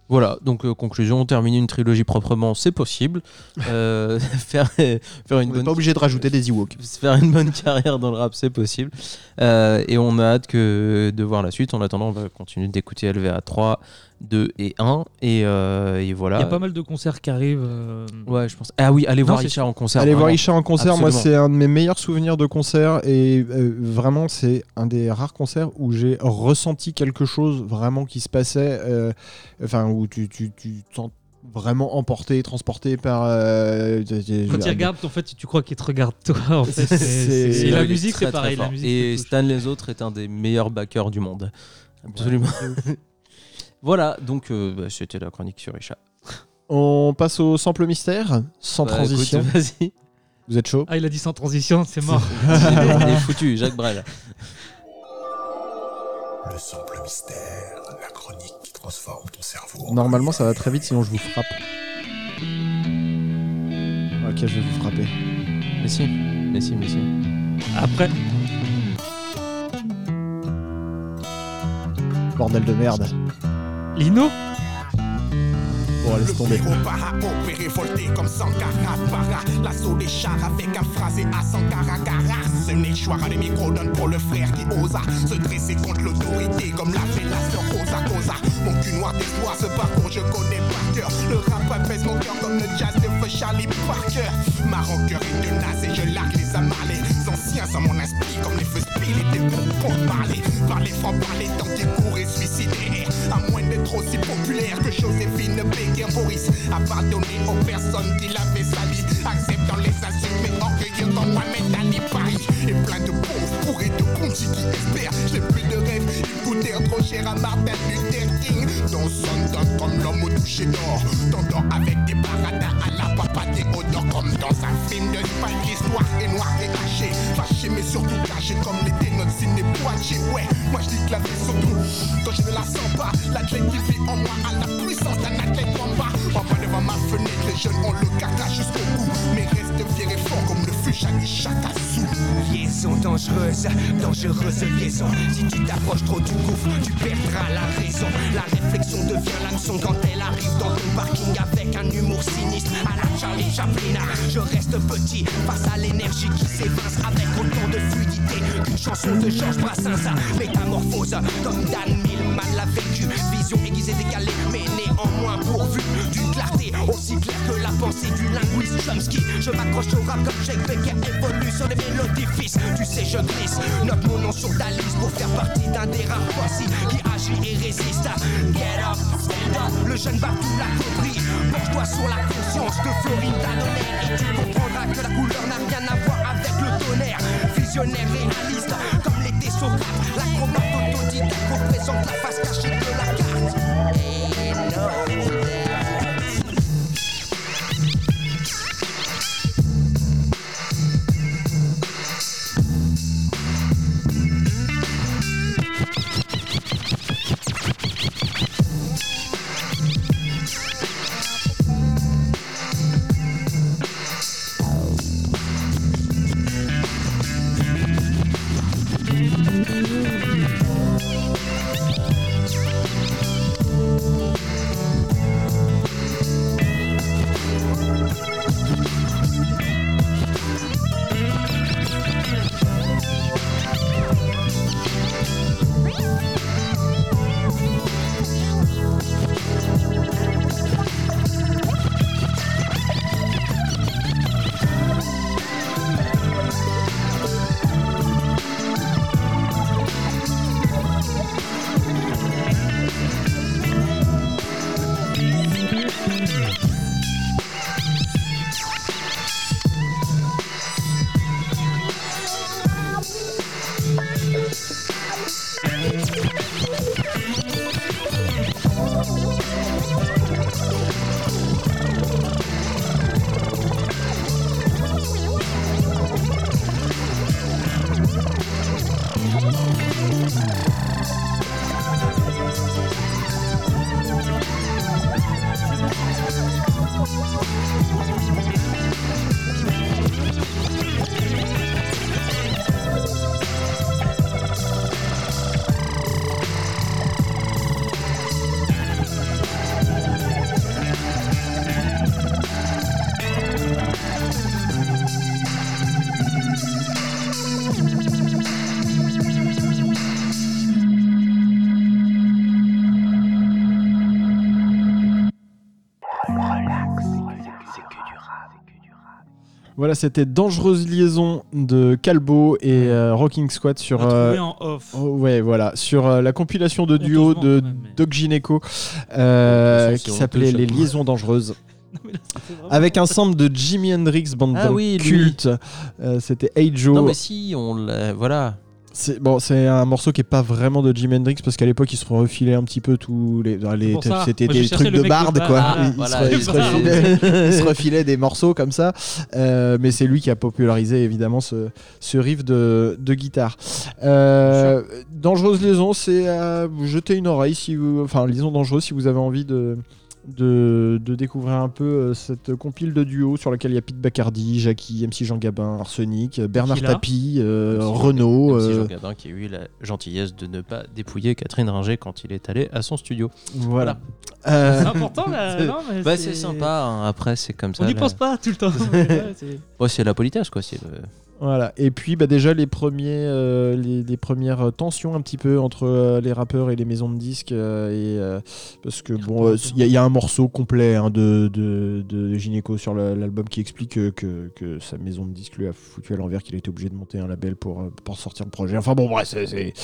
Voilà, donc conclusion, terminer une trilogie proprement, c'est possible. Faire une On n'est pas obligé de rajouter des Ewoks. Faire une bonne carrière dans le rap, c'est possible. Et on a hâte de voir la suite. En attendant, on va continuer d'écouter LVA 3, 2 et 1. Et voilà. Il y a pas mal de concerts qui arrivent. Ouais, je pense. Ah oui, allez voir Isha en concert. Allez voir Isha en concert. Absolument. Moi, c'est un de mes meilleurs souvenirs de concert. Et vraiment, c'est un des rares concerts où j'ai ressenti quelque chose vraiment qui se passait. Où tu te sens vraiment emporté, transporté par. Quand il regarde, en fait, tu crois qu'il te regarde toi. En fait, c'est la musique, c'est pareil. La musique, et Stan Les Autres est un des meilleurs backers du monde. Absolument. Voilà, donc c'était la chronique sur Isha. On passe au sample mystère, sans transition. Écoute, vas-y. Vous êtes chaud? Ah, il a dit sans transition, c'est mort. Il est foutu, Jacques Brel. Le sample mystère, la chronique qui transforme ton cerveau. Normalement, ça va très vite, sinon je vous frappe. Ok, je vais vous frapper. Mais si. Après. Bordel de merde. Lino? Bon, laisse tomber. Opéré, volté comme Sankara, para. L'assaut des chars avec un phrasé à Sankara, Gara. Ce n'est choix à des micros donne pour le frère qui osa se dresser contre l'autorité comme l'a fait la sœur Cosa. Mon cul noir d'espoir, ce parcours je connais par cœur. Le rap apaise mon cœur comme le jazz de feu Charlie Parker. Ma rancœur est tenace et je largue les amas. Les anciens sont mon esprit comme les feux spilles et des bons pour parler. Parler franc, parler tant qu'il court et suicider. À moins d'être aussi populaire que Joséphine Béguer Boris. Abandonné aux personnes qui l'avaient sali. Acceptant les insultes mais orgueilleux comme Mohamed Ali Paris. Et plein de pauvres bourrés de pontis qui espèrent. J'ai plus de rêves, ils coûtèrent trop cher à Martin Luther King. Dans Sundown comme l'homme au toucher d'or. Tendant avec des baradas à la Papa Théodore. Comme dans un film de Spike, l'histoire est noire et hachée. Fâché mais surtout caché comme les dénotes ciné Poitiers. Ouais, moi je dis que la vie surtout quand je ne la sens pas. L'athlète qui vit en moi a la puissance d'un athlète Wamba. En bas devant ma fenêtre, les jeunes ont le caca jusqu'au cou. Mais reste fier et fort comme le feu Shani Chakassou. Liaison dangereuse liaison. Si tu t'approches trop du gouffre, tu perdras la raison. La réflexion devient l'hameçon quand elle arrive dans ton parking avec un humour sinistre à la Charlie Chaplin. Je reste petit face à l'énergie qui s'évince avec autant de fluidité qu'une chanson de Georges Brassens. Métamorphose comme Dan Millman l'a vécu. Vision aiguisée décalée mais néanmoins pourvue d'une clarté aussi claire que la pensée du linguiste Chomsky. Je m'accroche au rap comme Jake Becker évolue sur des mélodies fils. Tu sais je glisse, note mon nom sur ta liste pour faire partie d'un des rares voici qui agit et résiste. Get up, stand up, le jeune Babou l'a compris. Penche-toi sur la conscience de Florinda Donner et tu comprendras que la couleur n'a rien à voir avec le tonnerre. Visionnaire réaliste, comme l'était Socrate, l'acrobate autodidacte représente la face cachée de la carte. Et no. Voilà, c'était Dangereuse Liaison de Calbo et Rocking Squad sur en off. ouais, voilà, sur la compilation de duo de Doc Gineco qui s'appelait Les Liaisons Dangereuses. Avec un sample de Jimi Hendrix, bande culte. C'était Hey Joe. Non mais si, voilà. C'est un morceau qui est pas vraiment de Jimi Hendrix parce qu'à l'époque ils se refilaient un petit peu tous c'était des trucs de barde quoi. Ils se refilaient des morceaux comme ça, mais c'est lui qui a popularisé évidemment ce riff de guitare. Dangereuse Liaison, c'est jeter une oreille Liaison Dangereuse si vous avez envie de découvrir un peu cette compile de duo sur laquelle il y a Pete Bacardi, Jackie, MC Jean Gabin, Arsenic, Bernard Tapie, Renaud. MC Jean Gabin qui a eu la gentillesse de ne pas dépouiller Catherine Ringer quand il est allé à son studio. Voilà. C'est important là. Non, mais c'est sympa, hein. Après c'est comme ça. On n'y pense pas tout le temps. C'est la politesse quoi. Voilà. Et puis déjà les premières tensions un petit peu entre les rappeurs et les maisons de disques parce que il y a un morceau complet de Gineco sur l'album qui explique que sa maison de disques lui a foutu à l'envers, qu'il a été obligé de monter un label pour sortir le projet. Enfin bon bref, c'est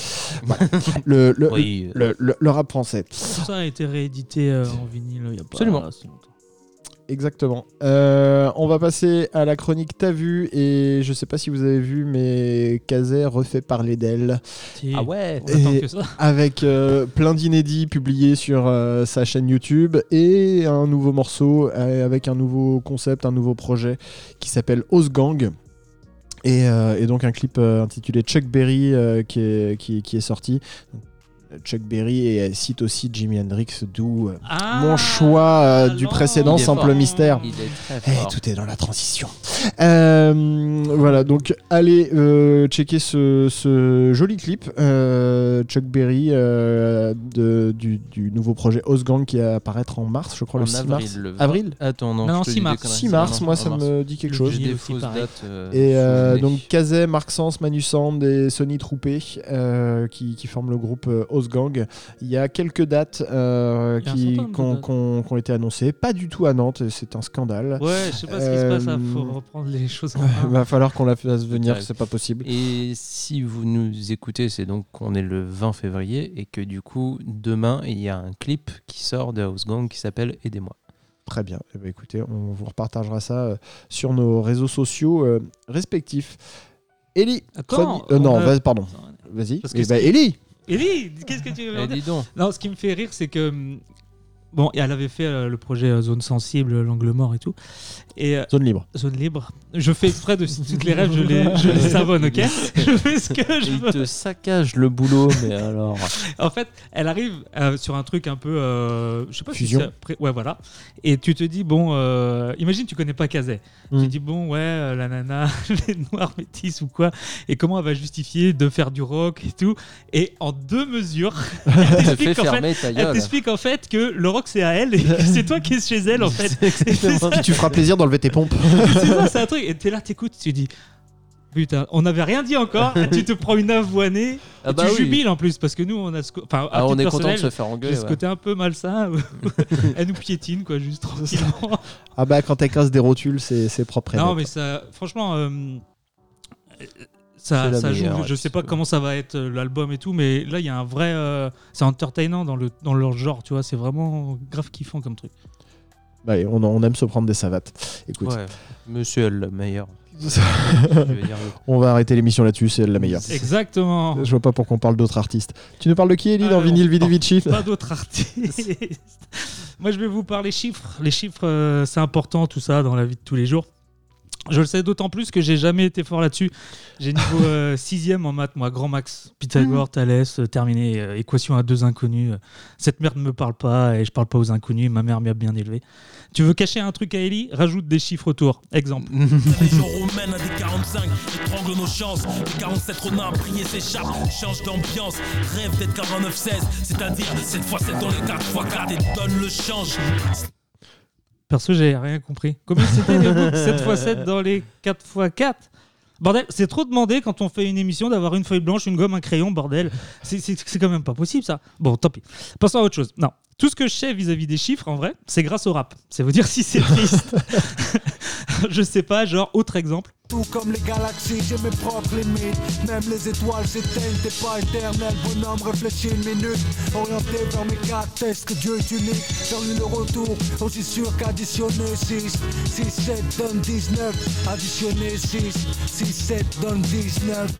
le rap français. Tout ça a été réédité en vinyle il y a pas absolument assez longtemps. Exactement. On va passer à la chronique T'as vu, et je sais pas si vous avez vu, mais Kazé refait parler d'elle. Ah ouais, que ça. Avec plein d'inédits publiés sur sa chaîne YouTube et un nouveau morceau avec un nouveau concept, un nouveau projet qui s'appelle Osgang. Et donc un clip intitulé Chuck Berry qui est sorti. Chuck Berry et cite aussi Jimi Hendrix, d'où mon choix du précédent Sample Mystère. Il est très fort. Tout est dans la transition. Voilà, donc allez checker ce joli clip Chuck Berry du nouveau projet Osgang qui va apparaître en mars, je crois, le 6 mars. Avril Attends, non 6 mars. 6 mars, moi ça me dit quelque chose. J'ai des fausses dates. Et donc Kazé, Mark Sens, Manu Sand et Sonny Troupé qui forment le groupe Osgang. Il y a quelques dates qui ont été annoncées, pas du tout à Nantes, c'est un scandale. Ouais, je sais pas ce qui se passe, il faut reprendre les choses en main. Il va falloir qu'on la fasse venir, c'est pas possible. Et si vous nous écoutez, c'est donc qu'on est le 20 février et que du coup, demain, il y a un clip qui sort de Osgang qui s'appelle Aidez-moi. Très bien. Eh bien, écoutez, on vous repartagera ça sur nos réseaux sociaux respectifs. Ellie, pardon. Vas-y. Ellie. Ellie, qu'est-ce que tu veux dire ? Dis donc. Non, ce qui me fait rire, c'est que elle avait fait le projet Zone Sensible, l'angle mort et tout. Et, Zone libre. Zone libre. Je fais exprès de toutes les rêves, je les savonne, ok ? Je fais ce que je veux. Il te saccage le boulot, mais alors. En fait, elle arrive sur un truc un peu, je sais pas fusion. Si c'est ouais, voilà. Et tu te dis imagine tu connais pas Kazé. Tu te dis la nana, les noirs métis ou quoi. Et comment elle va justifier de faire du rock et tout. Et en 2 mesures, elle t'explique en fait que le rock c'est à elle et que c'est toi qui es chez elle en fait. Tu feras plaisir d'enlever tes pompes. C'est ça, c'est un truc. Et t'es là, t'écoutes, tu dis putain, on n'avait rien dit encore. Tu te prends une avoinée. Tu jubiles en plus parce que nous on a on est content de se faire engueuler. Ce côté un peu malsain. Elle nous piétine quoi, juste tranquillement. Quand elle casse des rotules, c'est propre. Non mais ça, franchement. Ça joue. Je sais pas comment ça va être l'album et tout, mais là il y a un vrai. C'est entertainant dans leur genre, tu vois. C'est vraiment grave kiffant comme truc. Allez, on aime se prendre des savates. Écoute. Ouais, monsieur elle le meilleur. On va arrêter l'émission là-dessus, c'est elle la meilleure. Exactement. Je vois pas pourquoi on parle d'autres artistes. Tu nous parles de qui, Ellie, dans Vinyl Videvici ? Pas d'autres artistes. Moi je vais vous parler chiffres. Les chiffres, c'est important tout ça dans la vie de tous les jours. Je le sais d'autant plus que j'ai jamais été fort là-dessus. J'ai niveau 6e en maths, moi, grand max. Pythagore, Thalès, terminé. Équation à 2 inconnus. Cette merde ne me parle pas et je parle pas aux inconnus. Ma mère m'y a bien élevé. Tu veux cacher un truc à Ellie ? Rajoute des chiffres autour. Exemple. Légion romaine à des 45, étrangle nos chances. Les 47 renards brillés s'échappent, change d'ambiance. Rêve d'être 49-16, c'est-à-dire 7x7 dans les 4x4 et donne le change. Perso, j'ai rien compris. Combien c'était le bout 7x7 dans les 4x4 ? Bordel, c'est trop demandé quand on fait une émission d'avoir une feuille blanche, une gomme, un crayon, bordel. C'est quand même pas possible ça. Bon, tant pis. Passons à autre chose. Non, Tout ce que je sais vis-à-vis des chiffres, en vrai, c'est grâce au rap. C'est vous dire si c'est triste. Je sais pas, genre, autre exemple. Tout comme les galaxies, j'ai mes propres limites. Même les étoiles s'éteignent, t'es pas éternel. Bonhomme, réfléchis une minute. Orienté vers mes 4 tests que Dieu est unique. Sur le retour, aussi sûr qu'additionner 6. 6, 7 donne 19. Additionner 6. 6, 7 donne 19.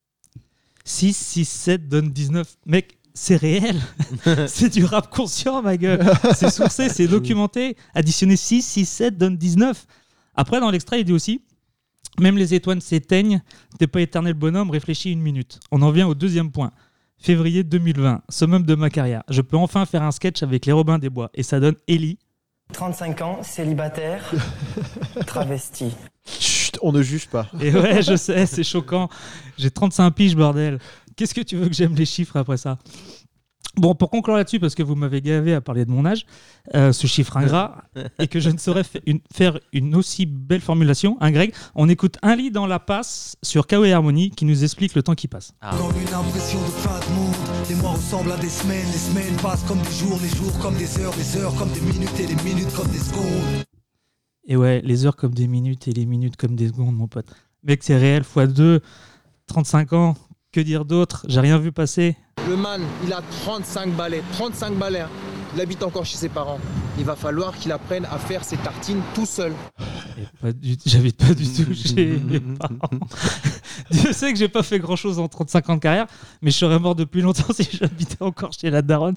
6, 6, 7 donne 19. Mec, c'est réel. C'est du rap conscient, ma gueule. C'est sourcé, c'est documenté. Additionner 6, 6, 7 donne 19. Après, dans l'extrait, il dit aussi même les étoiles s'éteignent, t'es pas éternel bonhomme, réfléchis une minute. On en vient au deuxième point. Février 2020, summum de ma carrière. Je peux enfin faire un sketch avec les Robins des Bois. Et ça donne Ellie. 35 ans, célibataire, travesti. Chut, on ne juge pas. Et ouais, je sais, c'est choquant. J'ai 35 piges, bordel. Qu'est-ce que tu veux que j'aime les chiffres après ça ? Bon, pour conclure là-dessus, parce que vous m'avez gavé à parler de mon âge, ce chiffre ingrat, et que je ne saurais faire une aussi belle formulation, Greg, on écoute un lit dans la passe sur K.O. et Harmony qui nous explique le temps qui passe. Dans une impression de fin de monde, les mois ressemblent à des semaines, les semaines passent comme des jours comme des heures comme des minutes et les minutes comme des secondes. Et ouais, les heures comme des minutes et les minutes comme des secondes, mon pote. Mec, c'est réel, x2, 35 ans, que dire d'autre ? J'ai rien vu passer. Le man, il a 35 balais. 35 balais. Hein. Il habite encore chez ses parents. Il va falloir qu'il apprenne à faire ses tartines tout seul. J'habite pas du tout chez mes parents. Dieu sait que j'ai pas fait grand chose en 35 ans de carrière, mais je serais mort depuis longtemps si j'habitais encore chez la daronne.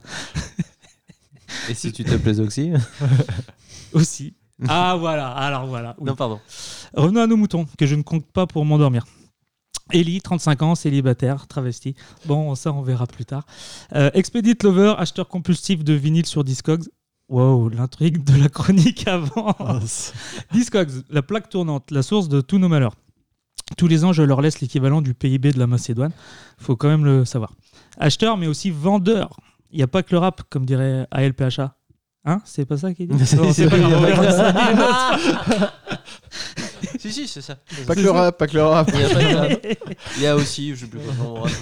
Et si tu t'appelais Oxy Aussi. Ah voilà, alors voilà. Oui. Non, pardon. Revenons à nos moutons, que je ne compte pas pour m'endormir. Ellie, 35 ans, célibataire, travesti. Bon, ça, on verra plus tard. Expedite Lover, acheteur compulsif de vinyle sur Discogs. Wow, l'intrigue de la chronique avant. Discogs, la plaque tournante, la source de tous nos malheurs. Tous les ans, je leur laisse l'équivalent du PIB de la Macédoine. Faut quand même le savoir. Acheteur, mais aussi vendeur. Il n'y a pas que le rap, comme dirait ALPHA. Hein ? C'est pas ça qu'il dit ? Non, c'est pas grave. Si, c'est ça. Pas que le rap, pas que le rap. Il y a aussi, je sais plus comment rap.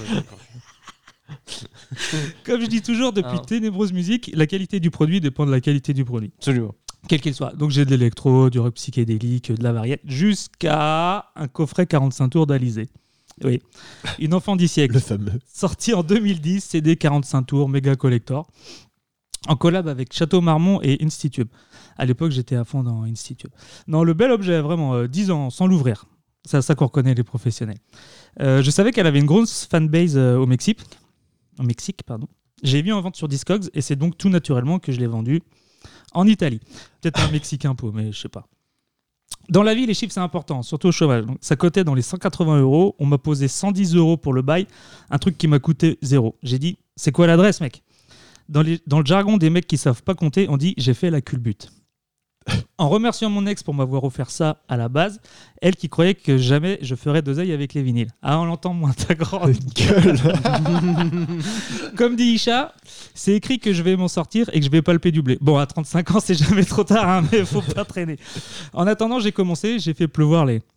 Comme je dis toujours, depuis Ténébreuse Musique, la qualité du produit dépend de la qualité du produit. Absolument. Quel qu'il soit. Donc j'ai de l'électro, du rock psychédélique, de la variété, jusqu'à un coffret 45 tours d'Alizé. Oui. Une enfant du siècle. Le fameux. Sorti en 2010, CD 45 tours, méga collector. En collab avec Château Marmont et Institube. À l'époque, j'étais à fond dans Institube. Non, le bel objet, vraiment, 10 ans sans l'ouvrir. C'est à ça qu'on reconnaît les professionnels. Je savais qu'elle avait une grosse fanbase au Mexique. J'ai mis en vente sur Discogs et c'est donc tout naturellement que je l'ai vendu en Italie. Peut-être un Mexicain peu, mais je sais pas. Dans la vie, les chiffres, c'est important, surtout au chômage. Donc, ça cotait dans les 180 €. On m'a posé 110 € pour le bail, un truc qui m'a coûté 0. J'ai dit, c'est quoi l'adresse, mec ? Dans le jargon des mecs qui savent pas compter, on dit « j'ai fait la culbute ». En remerciant mon ex pour m'avoir offert ça à la base, elle qui croyait que jamais je ferais d'oseille avec les vinyles. Ah, on l'entend moins, ta grande gueule. Comme dit Isha, c'est écrit que je vais m'en sortir et que je vais palper du blé. Bon, à 35 ans, c'est jamais trop tard, hein, mais faut pas traîner. En attendant, j'ai fait pleuvoir les...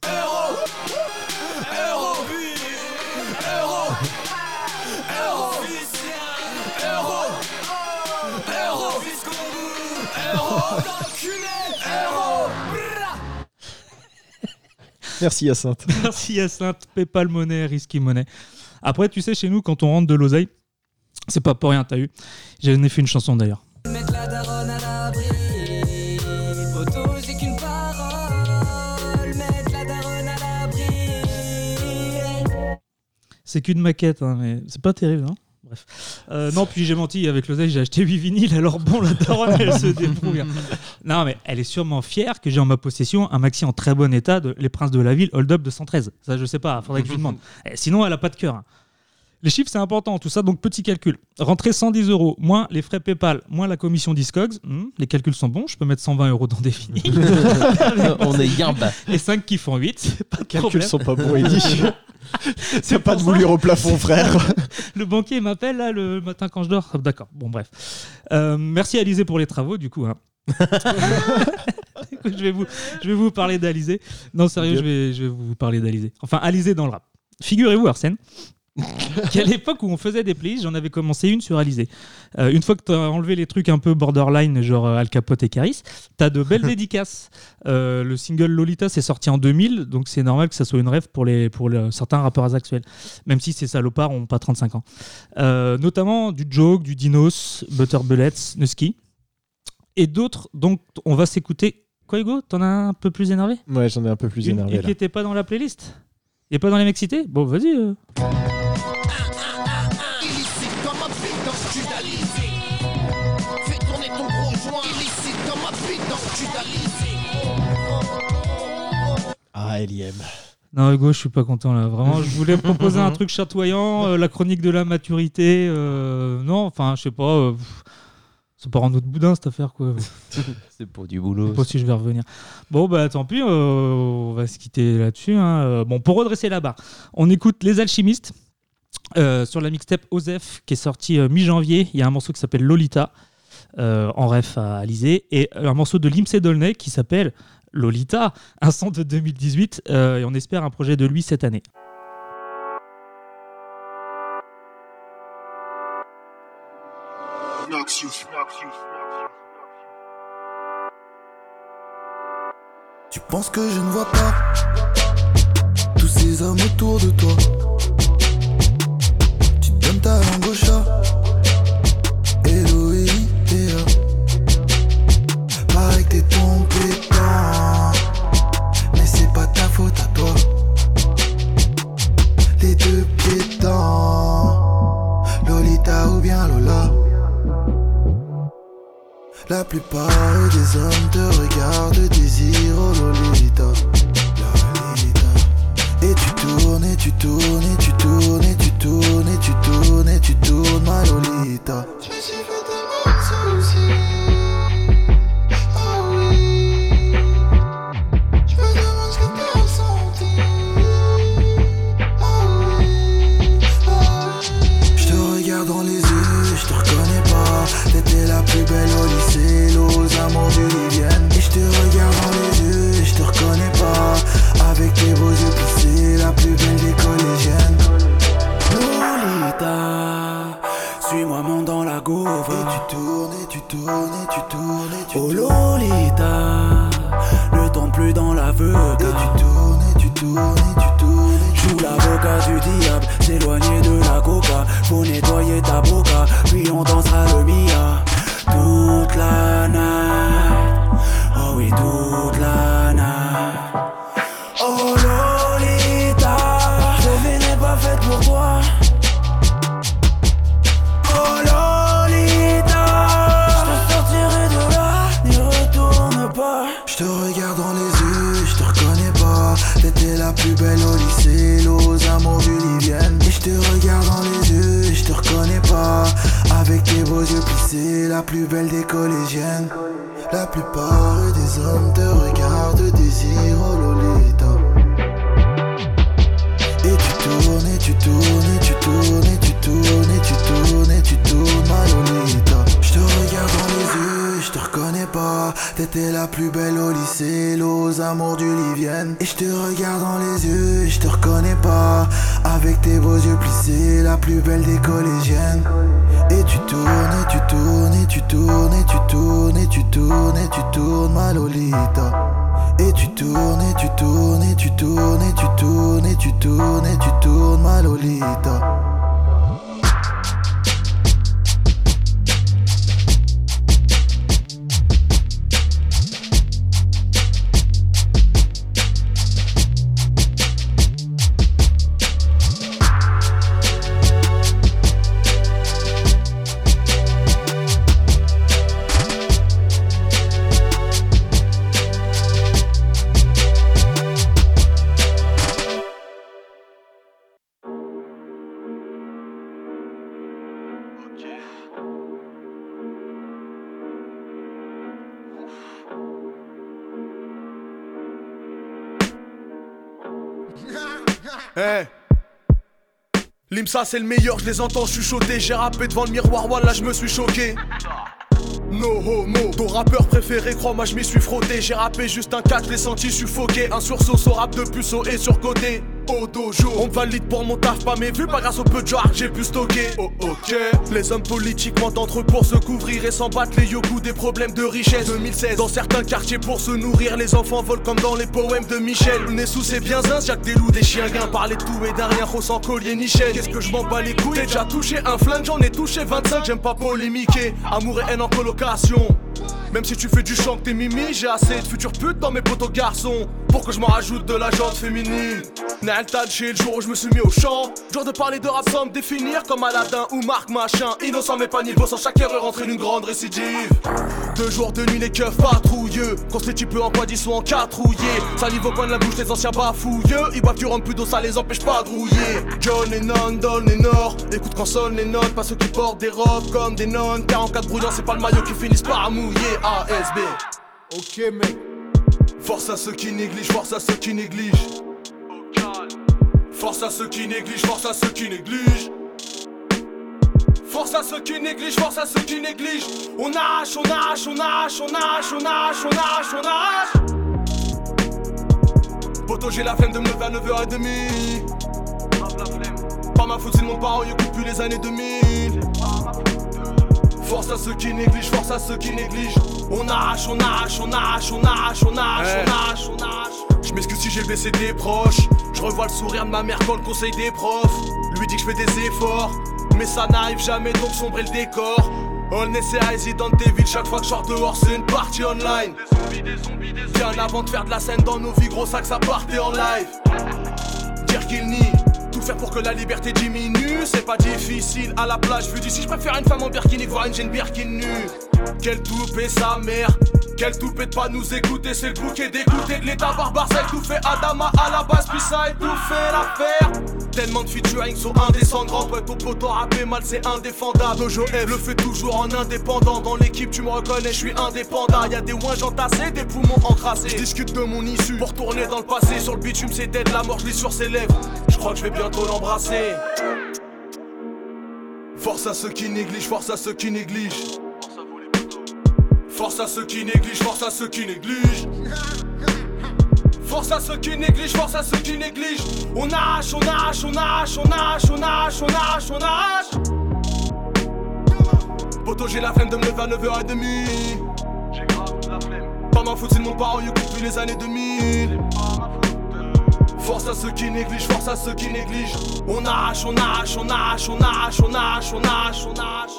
Merci Hyacinthe. Merci Hyacinthe, PayPal Money, Risky Money. Après, tu sais, chez nous, quand on rentre de l'oseille, c'est pas pour rien, t'as eu. J'en ai fait une chanson d'ailleurs. Mettre la daronne à l'abri, photo, c'est qu'une parole. Mettre la daronne à l'abri. C'est qu'une maquette, hein, mais c'est pas terrible, hein. Bref. Non, puis j'ai menti, avec l'oseille, j'ai acheté 8 vinyles, alors bon, la daronne, elle se débrouille. Non, mais elle est sûrement fière que j'ai en ma possession un maxi en très bon état de Les Princes de la Ville, Hold Up de 113. Ça, je sais pas, faudrait que je lui demande. Sinon, elle a pas de cœur. Hein. Les chiffres, c'est important, tout ça, donc petit calcul. Rentrer 110 €, moins les frais PayPal, moins la commission Discogs. Les calculs sont bons, je peux mettre 120 € dans des vinyles. On est bien bas. Et 5 qui font 8, pas de calculs problème. sont pas bons, Eddie. C'est pas de moulure au plafond, frère. Le banquier m'appelle là le matin quand je dors. D'accord, bon bref. Merci Alizé pour les travaux du coup. Hein. je vais vous parler d'Alizé. Non sérieux, je vais vous parler d'Alizé. Enfin Alizé dans le rap. Figurez-vous Arsène qu'à l'époque où on faisait des playlists, j'en avais commencé une sur Alizé. Une fois que tu as enlevé les trucs un peu borderline, genre Al Capote et Caris, tu as de belles dédicaces. Le single Lolita, c'est sorti en 2000, donc c'est normal que ça soit une rêve pour certains rappeurs actuels, même si ces salopards n'ont pas 35 ans. Notamment du Joke, du Dinos, Butter Bullets, Nusky, et d'autres. Donc on va s'écouter. Quoi, Hugo ? T'en as un peu plus énervé ? Ouais, j'en ai un peu plus énervé. Et qui n'était pas dans la playlist ? Il n'est pas dans les mecs cités ? Bon, vas-y. Illicite comme un beat dans le cudalisé. Fais tourner ton gros joint. Illicite comme un beat dans le cudalisé. Ah, L.I.M. Non, Hugo, je suis pas content là. Vraiment, je voulais proposer un truc chatoyant, la chronique de la maturité. Non, enfin, je sais pas. Ça part en autre boudin cette affaire, quoi. C'est pour du boulot. Je sais pas si je vais revenir. Bon, bah tant pis, on va se quitter là-dessus. Hein. Bon, pour redresser la barre, on écoute Les Alchimistes sur la mixtape Osef qui est sortie mi-janvier. Il y a un morceau qui s'appelle Lolita, en ref à Alizé, et un morceau de Limsey Dolnay qui s'appelle Lolita, un son de 2018, et on espère un projet de lui cette année. Tu penses que je ne vois pas tous ces hommes autour de toi. Tu te donnes ta langue au chat. Eloï, pareil que t'es compétent, mais c'est pas ta faute à toi. Les deux pieds dedans, Lolita ou bien Lola. La plupart des hommes te regardent, désirent Lolita, Lolita. Et tu tournes, et tu tournes, et tu tournes, et tu tournes, et tu tournes, et tu tournes, ma Lolita. Je me suis fait tellement de soucis. Oh oui. Je me demande ce que t'as ressenti. Oh oui, oh oui. Je te regarde dans les yeux, je te reconnais pas. T'étais la plus belle au lycée, l'os amours du Livienne. Et je te regarde dans les yeux, je te reconnais pas. Avec tes beaux yeux plissés, la plus belle des collégiennes. Lolita, suis-moi, monte dans la gouva. Et tu tournes, et tu tournes, et tu tournes, et tu tournes. Oh Lolita, ne tombe plus dans la veuve. Et tu tournes, et tu tournes, et tu tournes. Joue l'avocat du diable, s'éloigner de la coca. Faut nettoyer ta boca, puis on dansera le Mia. Toute la night, oh oui, toute la night. Oh Lolita, je vie n'est pas faite pour toi. Oh Lolita, je te sortirai de là, n'y retourne pas. Je te regarde dans les yeux, je te reconnais pas. T'étais la plus belle au lycée, l'os amours du Livienne. Et je te regarde dans les yeux, je te reconnais pas. Avec tes beaux yeux plissés, la plus belle des collégiennes. La plupart des hommes te regardent, désirent Lolita. Et tu tournes, et tu tournes, et tu tournes, et tu tournes, et tu tournes, et tu tournes, ma Lolita. Je te regarde dans les yeux, je te reconnais pas. T'étais la plus belle au lycée, l'os amours du Livienne. Et je te regarde dans les yeux, je te reconnais pas. Avec tes beaux yeux plissés, la plus belle des collégiennes. Et tu tournes, et tu tournes, et tu tournes, et tu tournes, et tu tournes, et tu tournes, ma Lolita. Et tu tournes, et tu tournes, et tu tournes, et tu tournes, et tu tournes, et tu tournes, ma Lolita. Hey. Limsa c'est le meilleur, je les entends chuchoter. J'ai rappé devant le miroir, voilà je me suis choqué. No homo, ton rappeur préféré, crois-moi je m'y suis frotté. J'ai rappé juste un 4, je l'ai senti suffoqué. Un sursaut au rap de puceau et surcoté. au dojo. On me valide pour mon taf, pas mes vues, pas grâce au peu de jar que j'ai pu stocker. Oh ok. Les hommes politiques mentent entre eux pour se couvrir et s'en battent les yoku des problèmes de richesse. 2016, dans certains quartiers pour se nourrir, les enfants volent comme dans les poèmes de Michel. Le nez sous c'est bien zinz, y'a que des loups, des chiens gains. Parler de tout et d'un rien, trop sans collier ni chaîne. Qu'est-ce que je m'en bats les couilles? J'ai déjà touché un flingue, j'en ai touché 25, j'aime pas polémiquer. Amour et haine en colocation. Même si tu fais du chant que t'es mimi, j'ai assez de futurs putes dans mes potos garçons pour que je m'en rajoute de la jante féminine. Naltan chez le jour où je me suis mis au chant. Jour de parler de rap sans me définir comme Aladdin ou Marc Machin. Innocent mais pas niveau, sans chaque erreur entraîne une grande récidive. 2 jours de nuit les keufs patrouilleux, quand ces types en quad ils sont en catrouillés. Salive au coin de la bouche les anciens bafouilleux. Ils boivent du rhum plus d'eau, ça les empêche pas de rouiller. John Lennon donne les nords, écoute quand sonnent les notes. Pas ceux qui portent des robes comme des nonnes. 44 brouillants c'est pas le maillot qui finissent par mouiller. ASB. Ok mec. Force à ceux qui négligent, force à ceux qui négligent. Force à ceux qui négligent, force à ceux qui négligent. Force à ceux qui négligent, force à ceux qui négligent. On nage, on nage, on nage, on nage, on nage, on nage, on nage. Poto j'ai la flemme de me lever à 9h30. Pas ma faute, c'est mon parent, il coupe plus les années 2000. Force à ceux qui négligent, force à ceux qui négligent. On nage, on nage, on nage, on nage, on nage, on nage, on nage. Je m'excuse si j'ai blessé des proches. Je revois le sourire de ma mère quand le conseil des profs lui dit que je fais des efforts, mais ça n'arrive jamais donc sombrer le décor. On essaie à Resident Evil, chaque fois que je sors dehors c'est une partie online. Des zombies. Bien avant de faire de la scène dans nos vies, gros sac ça partait en live. Dire qu'il nie, tout faire pour que la liberté diminue, c'est pas difficile. À la plage, vu d'ici, je préfère une femme en birkini que voir une jeune birkin nue. Quelle toupée sa mère, quelle toupée de pas nous écouter. C'est le bouquet dégoûté de l'état barbare, ça tout fait Adama à la base, puis ça a étouffé l'affaire. Tellement de featuring sont indécents, grand pote au poteau rapper mal c'est indéfendable. Dojo F le fait toujours en indépendant. Dans l'équipe tu me reconnais, je suis indépendant. Y'a des ouinges entassés, des poumons encrassés. Je discute de mon issue pour tourner dans le passé. Sur le bitume c'est dead, la mort je lis sur ses lèvres. Je crois que je vais bientôt l'embrasser. Force à ceux qui négligent, force à ceux qui négligent. Force à ceux qui négligent, force à ceux qui négligent. Force à ceux qui négligent, force à ceux qui négligent. On nage, on nage, on nage, on nage, on nage, on nage, on nage. Poto j'ai la flemme de me lever à 9h30. J'ai grave la flemme. Pas ma faute c'est de mon parent, il coupe plus les années 2000. Force à ceux qui négligent, force à ceux qui négligent. On nage, on nage, on nage, on nage, on nage, on nage, on nage.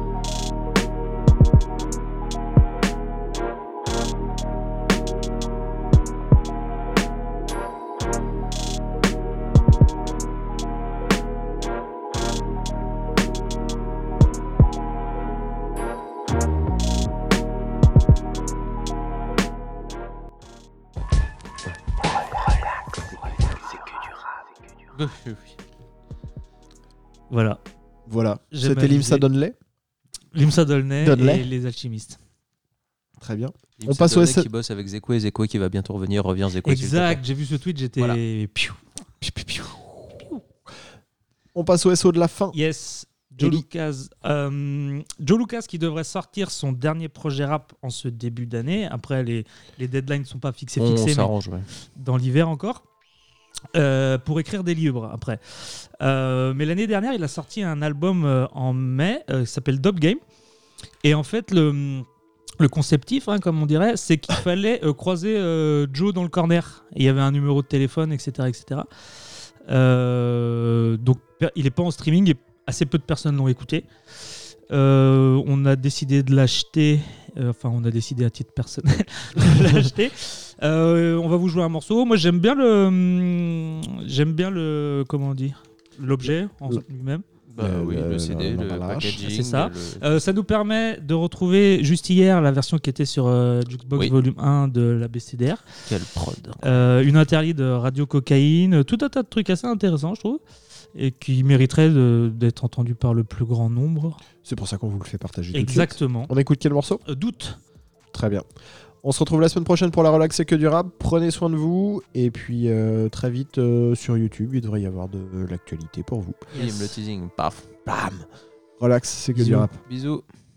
Voilà. Voilà. C'était Limsa Donnelly. Limsa Donnelly et les alchimistes. Très bien. Limsa On passe au qui bosse avec Zekwe, Zekwe qui va bientôt revenir, revient Zekwe. Exact, j'ai vu ce tweet, j'étais... Voilà. On passe au SO de la fin. Yes. Joe Lucas qui devrait sortir son dernier projet rap en ce début d'année. Après, les deadlines ne sont pas fixés, on mais s'arrange, ouais. Dans l'hiver encore. Pour écrire des livres après. Mais l'année dernière, il a sorti un album en mai qui s'appelle Dope Game. Et en fait, le conceptif, comme on dirait, c'est qu'il fallait croiser Joe dans le corner. Et il y avait un numéro de téléphone, etc. etc. Donc, il n'est pas en streaming et assez peu de personnes l'ont écouté. On a décidé de l'acheter. On a décidé à titre personnel de l'acheter. On va vous jouer un morceau. Moi, j'aime bien le comment dire, l'objet en lui-même. Le CD, le packaging. C'est ça. Ça nous permet de retrouver juste hier la version qui était sur Jukebox Volume 1 de la BCDR. Quelle prod. Une interlude de Radio Cocaïne, tout un tas de trucs assez intéressants, je trouve, et qui mériterait d'être entendu par le plus grand nombre. C'est pour ça qu'on vous le fait partager. Exactement. On écoute quel morceau ? Doute. Très bien. On se retrouve la semaine prochaine pour la relax c'est que du rap. Prenez soin de vous et puis très vite sur YouTube, il devrait y avoir de l'actualité pour vous. Yes. Le teasing, paf, bam. Relax c'est que du rap. Bisous.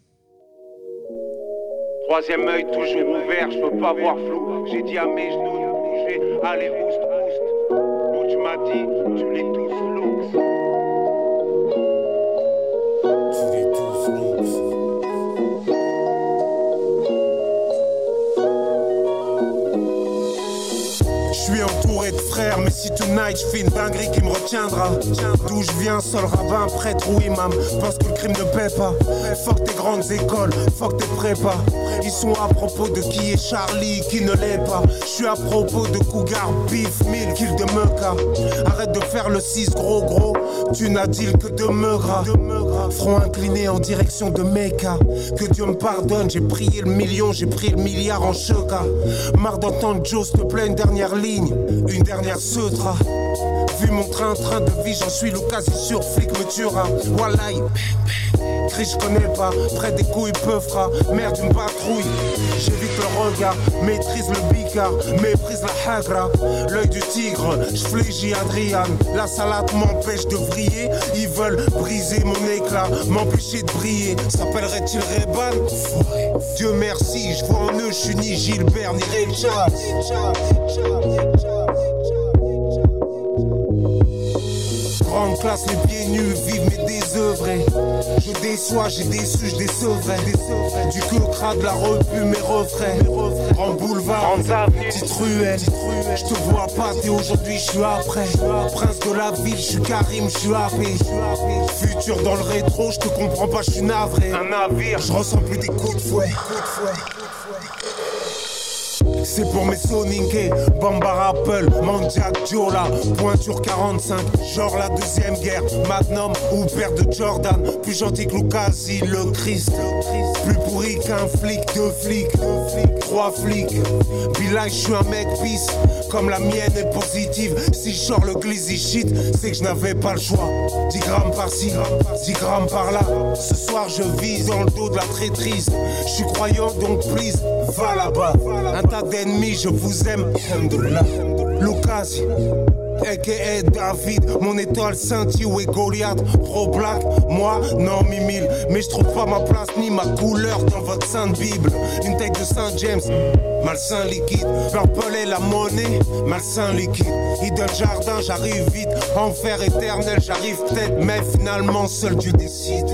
Troisième œil toujours ouvert, je veux pas voir flou. J'ai dit à mes genoux de bouger, allez boost, boost. Où tu m'as dit Je suis entouré de frères, mais si tonight je fais une dinguerie qui me retiendra. D'où je viens, seul rabbin, prêtre ou imam, parce que le crime ne paie pas. Fuck tes grandes écoles, fuck tes prépas. Ils sont à propos de qui est Charlie, qui ne l'est pas. Je suis à propos de Cougar, Beef, 1000 kills de Meuca. Arrête de faire le 6 gros, tu n'as deal que de Meugra. Front incliné en direction de Mecca. Que Dieu me pardonne, j'ai prié le million, j'ai pris le milliard en cheka. Marre d'entendre Joe, s'il te plaît, une dernière ligne, une dernière sutra. Vu mon train de vie, j'en suis l'occasion sur flic me tuera. Wallahi, Chris je connais pas, près des couilles peu fera. Merde une patrouille, j'évite le regard, maîtrise le bicard, méprise la hagra. L'œil du tigre, j'fléchis Adrian. La salade m'empêche de vriller, ils veulent briser mon éclat, m'empêcher de briller. S'appellerait-il Reban? Dieu merci, je vois en eux, je suis ni Gilbert ni Ray Charles. Grande classe, les pieds nus, vivent mais désœuvrés. Je déçois, j'ai déçu, je décevrai. Du queue de la repu, mes refrains. En boulevard, petite ruelle. Je te vois pas, t'es aujourd'hui, je suis après. Prince de la ville, je suis Karim, je suis happé. Futur dans le rétro, je te comprends pas, je suis navré. Un navire, je ressens plus des coups de fouet. C'est pour mes Soninké, Bamba Apple, Mandiak Diola, pointure 45, genre la deuxième guerre, Magnum ou père de Jordan, plus gentil que Lucasi, le Christ, plus pourri qu'un flic, deux flics, trois flics, Bilal, je suis un mec peace, comme la mienne est positive, si je sors le glizzy shit, c'est que je n'avais pas le choix, 10 grammes par-ci, 10 grammes par-là, ce soir je vise dans le dos de la traîtrise, je suis croyant donc please, va là-bas, un tas d'ennemis, je vous aime, alhamdoulilah. Lucas, a.k.a. David, mon étoile scintille, où est Goliath? Pro black, moi, non mi-mille. Mais je trouve pas ma place ni ma couleur dans votre sainte Bible. Une tête de Saint James, malsain liquide. Purple est la monnaie, malsain liquide. Idole jardin, j'arrive vite. Enfer éternel, j'arrive peut-être, mais finalement seul Dieu décide.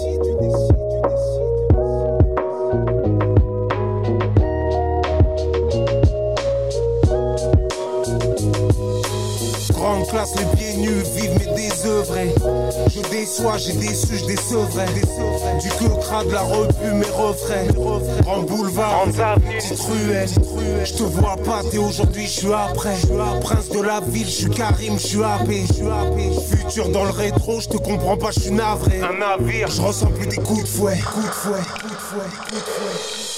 Grande classe, les pieds nus, vivent mais désœuvrés. Je déçois, j'ai déçu, je décevrai. Du queue de la repu, mes refrains. En boulevard, petite ruelle. Je te vois pas, t'es aujourd'hui, je suis après. Prince de la ville, je suis Karim, je suis happé. Futur dans le rétro, je te comprends pas, je suis navré. Un navire, je ressens plus des coups de fouet.